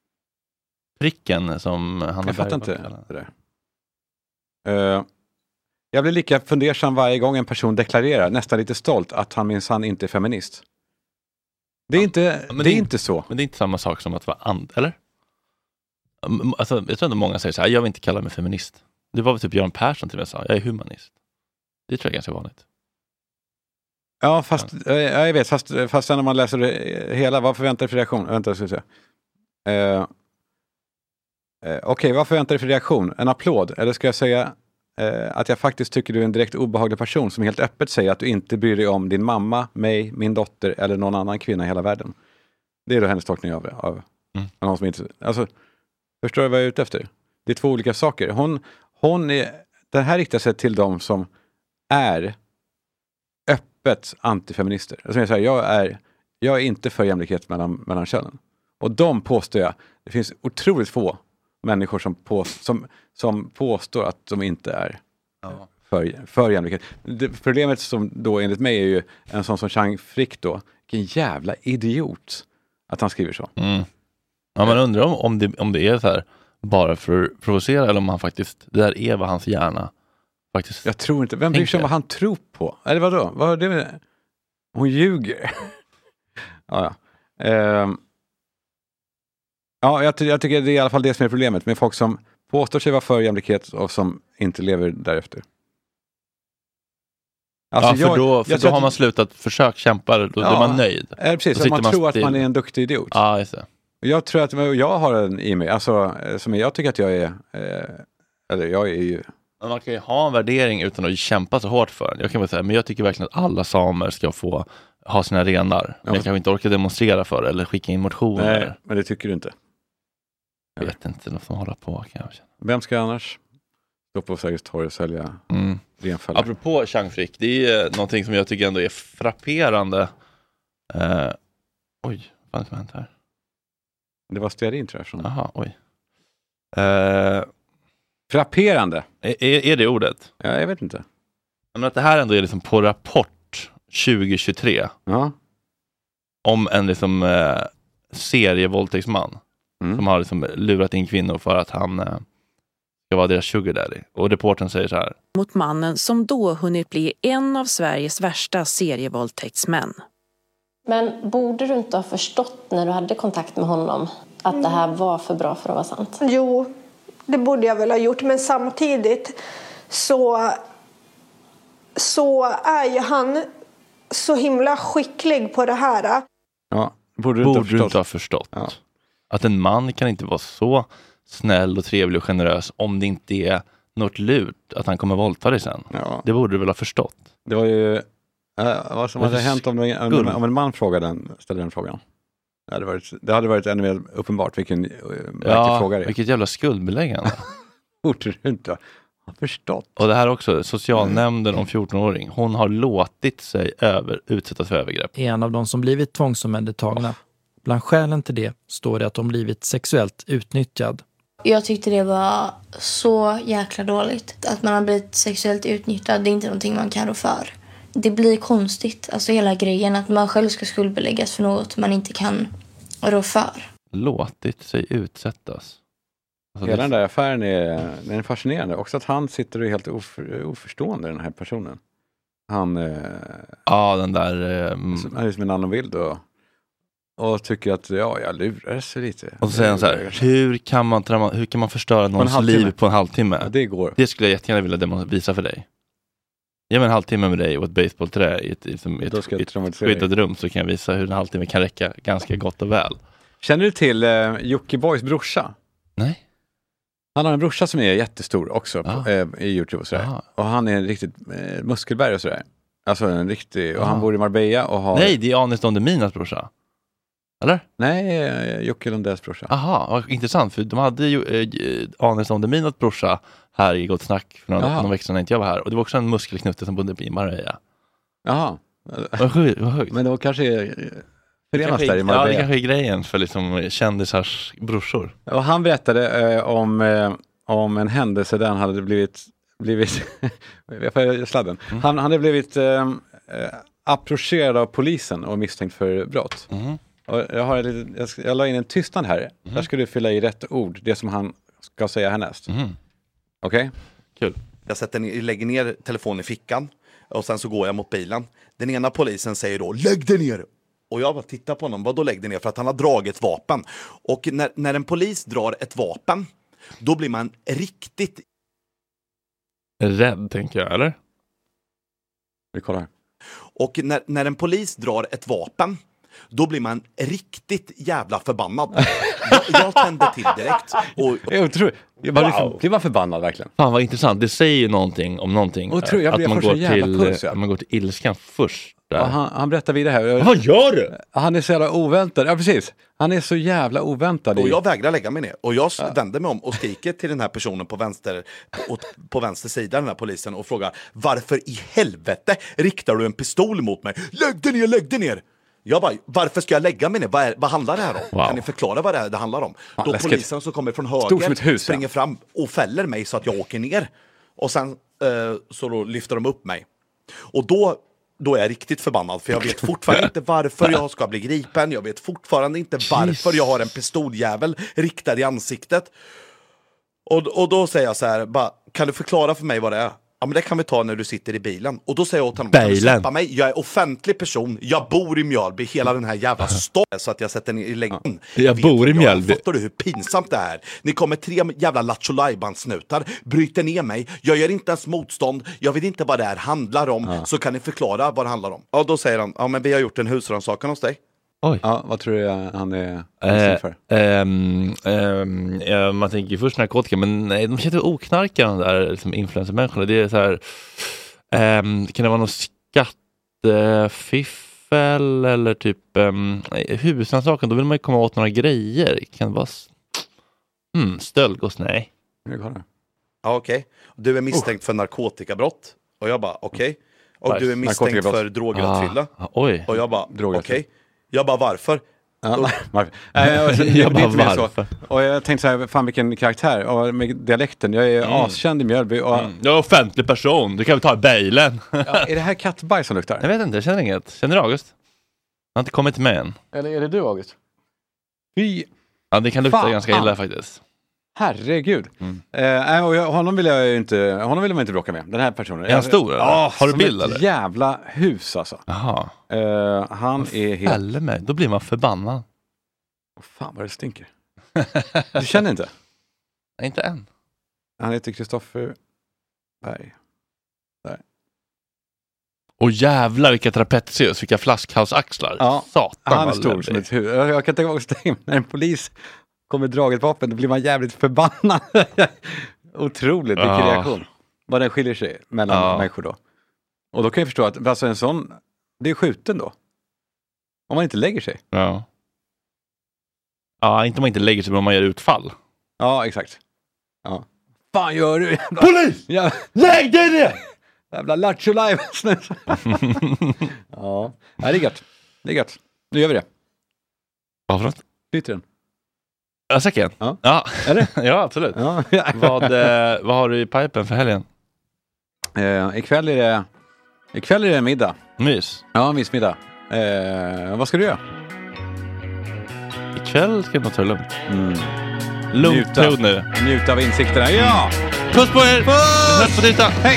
Pricken som han jag fattar inte det där. Uh, jag blir lika fundersam varje gång en person deklarerar, nästan lite stolt, att han minsann inte är feminist. Det är, ja, inte, det är, det är inte så. Men det är inte samma sak som att vara and, eller? Alltså, jag tror att många säger så här, jag vill inte kalla mig feminist. Det var väl typ Göran Persson till mig sa, jag är humanist. Det tror jag är ganska vanligt. Ja, fast ja. Jag, jag vet, fast, fast sen när man läser det hela, vad förväntar du för reaktion? Vänta, ska jag säga. Uh, Eh, Okej, okay, vad förväntar du för reaktion? En applåd? Eller ska jag säga eh, att jag faktiskt tycker du är en direkt obehaglig person som helt öppet säger att du inte bryr dig om din mamma, mig, min dotter eller någon annan kvinna i hela världen? Det är då hennes tolkning av, av mm. någon som inte... Alltså, förstår du vad jag är ute efter? Det är två olika saker. Hon, hon är... Den här riktar sig till de som är öppet antifeminister. Alltså jag, säger, jag, är, jag är inte för jämlikhet mellan, mellan könen. Och de påstår jag, det finns otroligt få människor som, på, som, som påstår att de inte är ja. för, för jämlikhet. Det, problemet som då enligt mig är ju en sån som Chang Frick då. Vilken jävla idiot att han skriver så. Mm. Ja, man undrar om, om, det, om det är så här bara för att provocera eller om han faktiskt, det där är vad hans hjärna faktiskt jag tror inte, vem bryr sig om vad han tror på? Eller vadå? Vad har det med? Hon ljuger. ja, ja. Ehm. Ja, jag, jag tycker det är i alla fall det som är problemet med folk som påstår sig vara för jämlikhet och som inte lever därefter. Alltså ja, för jag, då, för då har man slutat försöka kämpa, då ja, är man nöjd. Ja, precis. Man, man tror att man är en duktig idiot. Ja, just det. Jag tror att jag har en i mig, alltså, som jag tycker att jag är... Eh, Eller jag är ju... Men man kan ju ha en värdering utan att kämpa så hårt för den. Jag kan väl säga, men jag tycker verkligen att alla samer ska få ha sina renar. Men ja. Jag kanske inte orkar demonstrera för det eller skicka in motioner. Nej, men det tycker du inte. Jag vet inte vad som håller på kanske. Vem ska annars stå på Sergels torg och sälja mm. renfällor? Apropå Chang Frick, det är någonting som jag tycker ändå är frapperande. Uh, oj, vad har hänt här? Det var stearin tror jag. Jaha, oj. Uh, frapperande? Är, är det ordet? Ja, jag vet inte. Men att det här ändå är liksom på Rapport tjugo tjugotre. Ja. Om en liksom uh, serievåldtäktsman. Mm. Som har liksom lurat in kvinnor för att han uh, ska vara deras sugar daddy. Och reportern säger så här. Mot mannen som då hunnit bli en av Sveriges värsta serievåldtäktsmän. Men borde du inte ha förstått när du hade kontakt med honom att mm. det här var för bra för att vara sant? Jo, det borde jag väl ha gjort. Men samtidigt så, så är ju han så himla skicklig på det här. Ja, borde du borde inte ha förstått? Du inte ha förstått. Ja. Att en man kan inte vara så snäll och trevlig och generös om det inte är något lurt att han kommer våldta dig sen. Ja. Det borde du väl ha förstått. Det var ju äh, vad som hade hänt om, om, om en man frågade den, ställde den frågan. Det hade varit, det hade varit ännu mer uppenbart vilken uh, ja, fråga det är. Vilket jävla skuldbeläggande. Borde du inte ha förstått. Och det här också, socialnämnden om fjorton-åring. Hon har låtit sig över, utsättas för övergrepp. En av de som blivit tvångsomhändertagna. Oh. Bland skälen till det står det att de blivit sexuellt utnyttjad. Jag tyckte det var så jäkla dåligt. Att man har blivit sexuellt utnyttjad, det är inte någonting man kan rå för. Det blir konstigt, alltså hela grejen att man själv ska skuldbeläggas för något man inte kan rå för. Låtit sig utsättas. Alltså hela det... den där affären är, den är fascinerande. Också att han sitter och är helt oför, oförstående, den här personen. Han... Eh, ja, den där... Eh, han är som en annan bild och... Och tycker att ja, jag lurar sig lite. Och så säger han så här, hur kan man, hur kan man förstöra någons liv på en halvtimme? Ja, det går. Det skulle jag jättegärna vilja visa för dig. Ge mig en halvtimme med dig och ett baseballträ i ett, liksom, ett, ett, ett skyddat rum så kan jag visa hur en halvtimme kan räcka ganska gott och väl. Känner du till eh, Jockibois brorsa? Nej. Han har en brorsa som är jättestor också på, eh, i YouTube och sådär. Aha. Och han är en riktigt eh, muskelberg och sådär. Alltså en riktig, och han bor i Marbella och har... Nej, det är Anis Don Deminas brorsa. Eller? Nej, Jocke Lundells brorsa. Aha, vad intressant. För de hade ju eh, Anis Don Deminas brorsa här i Gott Snack för några, några veckor sedan när inte jag var här. Och det var också en muskelknutte som bodde i Marbella. Jaha. Vad sjukt, vad sjukt. Men det var kanske förenas där i Marbella. Ja, det kanske är grejen för liksom kändisars brorsor. Och han berättade eh, om, eh, om en händelse där han hade blivit, blivit sladden. Mm. Han, han hade blivit eh, approcherad av polisen och misstänkt för brott. Mm. Och jag, har lite, jag, ska, jag la in en tystnad här. Mm. Där ska du fylla i rätt ord. Det som han ska säga härnäst. Mm. Okej? Okay? Kul. Jag sätter ner, lägger ner telefonen i fickan. Och sen så går jag mot bilen. Den ena polisen säger då, lägg det ner! Och jag bara tittar på honom, vadå lägg det ner? För att han har dragit vapen. Och när, när en polis drar ett vapen, då blir man riktigt... rädd, tänker jag, eller? Vi kollar. Och när, när en polis drar ett vapen, då blir man riktigt jävla förbannad. jag, jag tände till direkt. Och, jag tror, jag var, wow. Det var förbannad verkligen. Fan vad intressant, det säger ju någonting om någonting. Och tror, jag att man går, till, puls, ja. man går till ilskan först. Ja, han, han berättar vidare här. Vad gör du? Han är så jävla oväntad. Ja, precis. Han är så jävla oväntad. Och jag vägrar lägga mig ner. Och jag ja. vänder mig om och skriker till den här personen på vänster, på, på vänster sida, den här polisen, och frågar, varför i helvete riktar du en pistol mot mig? Lägg dig ner, lägg dig ner! Jag bara, varför ska jag lägga mig ner? Vad, är, vad handlar det här om? Wow. Kan ni förklara vad det, är det handlar om? Ja, då läskigt. Polisen som kommer från höger hus, springer ja. fram och fäller mig så att jag åker ner. Och sen eh, så då lyfter de upp mig. Och då, då är jag riktigt förbannad. För jag vet fortfarande inte varför jag ska bli gripen. Jag vet fortfarande inte varför jag har en pistoljävel riktad i ansiktet. Och, och då säger jag så här, bara, kan du förklara för mig vad det är? Ja, men det kan vi ta när du sitter i bilen. Och då säger jag åt honom, kan du släppa mig? Jag är offentlig person, jag bor i Mjölby. Hela den här jävla stånd. Så att jag sätter ner i längden. Jag vet bor i Mjölby. Fattar du hur pinsamt det är? Ni kommer tre jävla lattjo-lajban-snutar, bryter ner mig. Jag gör inte ens motstånd. Jag vet inte vad det här handlar om. Ja. Så kan ni förklara vad det handlar om. Ja, då säger han, ja men vi har gjort en husrannsakan hos dig. Oj. Ja, vad tror du han är eh, för? Um, um, ja, man tänker ju först narkotika, men nej, de känner oknarkar de där liksom, influencermänniskorna. Det är så här, um, kan det vara någon skattefiffel eller typ um, husrannsakan, då vill man ju komma åt några grejer. Kan det vara mm, stöldgods? Nej. Ja, okej. Okay. Du är misstänkt oh. för narkotikabrott. Och jag bara, okej. Okay. Och du är misstänkt för drograttfylla. Ah, oj. Och jag bara, okej. Okay. Jag bara, varför? Ja, varför? Nej, alltså, jag bara, varför? Och jag tänkte så här, fan vilken karaktär. Och med dialekten, jag är mm. askänd i Mjölby. Och... Mm. Jag är offentlig person, du kan väl ta i bailen. Ja, är det här kattbajs som luktar? Jag vet inte, jag känner inget. Känner du August? Han har inte kommit med än. Eller är det du August? Fy. Ja, det kan lukta fan. ganska illa faktiskt. Herregud. Mm. Eh, och jag, honom vill jag ju inte, honom vill man inte bråka med. Den här personen. Är han stor? Ja, har du bild ett eller? Jävla hus alltså. Jaha. Eh, han är helt... Eller med. Då blir man förbannad. Oh, fan vad det stinker. Du känner inte? Nej, inte än. Han heter Kristoffer Berg. Där. Och jävlar vilka trapezius, vilka flaskhalsaxlar. Ja, Satan, han är stor som ett hus. Jag kan tänka mig när en polis kommer draget vapen, då blir man jävligt förbannad. Otroligt, vilken ja. reaktion. Vad den skiljer sig mellan ja. människor då. Och då kan jag förstå att alltså en sån, det är skjuten då. Om man inte lägger sig. Ja. Ja, inte om man inte lägger sig, men om man gör utfall. Ja, exakt. Ja. Fan gör du? Jävla... Polis! Ja. Lägg dig ner! Jävla lattjo live. Ja, det är gött. Det är gött. Nu gör vi det. Vad för något? Byter den. Ja, säkert. Ja. Ja. Är det? Ja, absolut. Ja. vad, eh, vad har du i pipen för helgen? Eh, ikväll är det ikväll är det middag. Mys? Ja, mysmiddag. Eh, vad ska du göra? Ikväll ska jag nog ta det lugnt. Mm. Lugnt tog nu. Njuta av insikterna. Ja! Puss på er! Puss! Puss på Hej!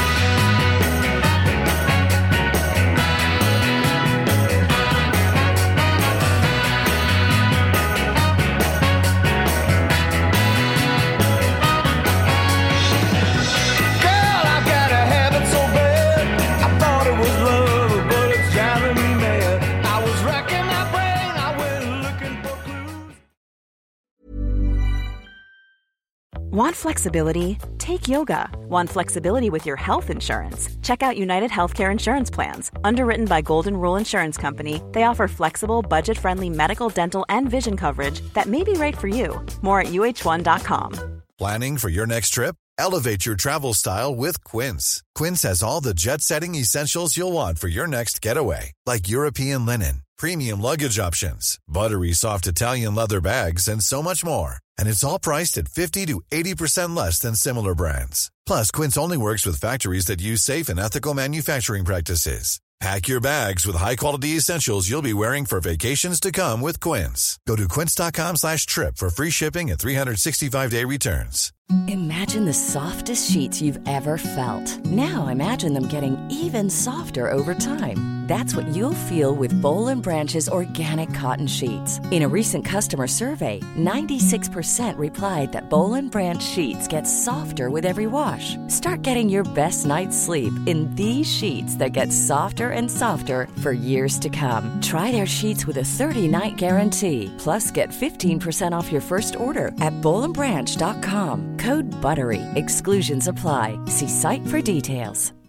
Want flexibility? Take yoga. Want flexibility with your health insurance? Check out United Healthcare Insurance Plans. Underwritten by Golden Rule Insurance Company, they offer flexible, budget-friendly medical, dental, and vision coverage that may be right for you. More at U H one dot com. Planning for your next trip? Elevate your travel style with Quince. Quince has all the jet-setting essentials you'll want for your next getaway, like European linen, premium luggage options, buttery soft Italian leather bags, and so much more. And it's all priced at fifty to eighty percent less than similar brands. Plus, Quince only works with factories that use safe and ethical manufacturing practices. Pack your bags with high-quality essentials you'll be wearing for vacations to come with Quince. Go to quince.com slash trip for free shipping and three sixty-five day returns. Imagine the softest sheets you've ever felt. Now imagine them getting even softer over time. That's what you'll feel with Boll and Branch's organic cotton sheets. In a recent customer survey, ninety-six percent replied that Boll and Branch sheets get softer with every wash. Start getting your best night's sleep in these sheets that get softer and softer for years to come. Try their sheets with a thirty-night guarantee. Plus, get fifteen percent off your first order at boll and branch dot com. Code BUTTERY. Exclusions apply. See site for details.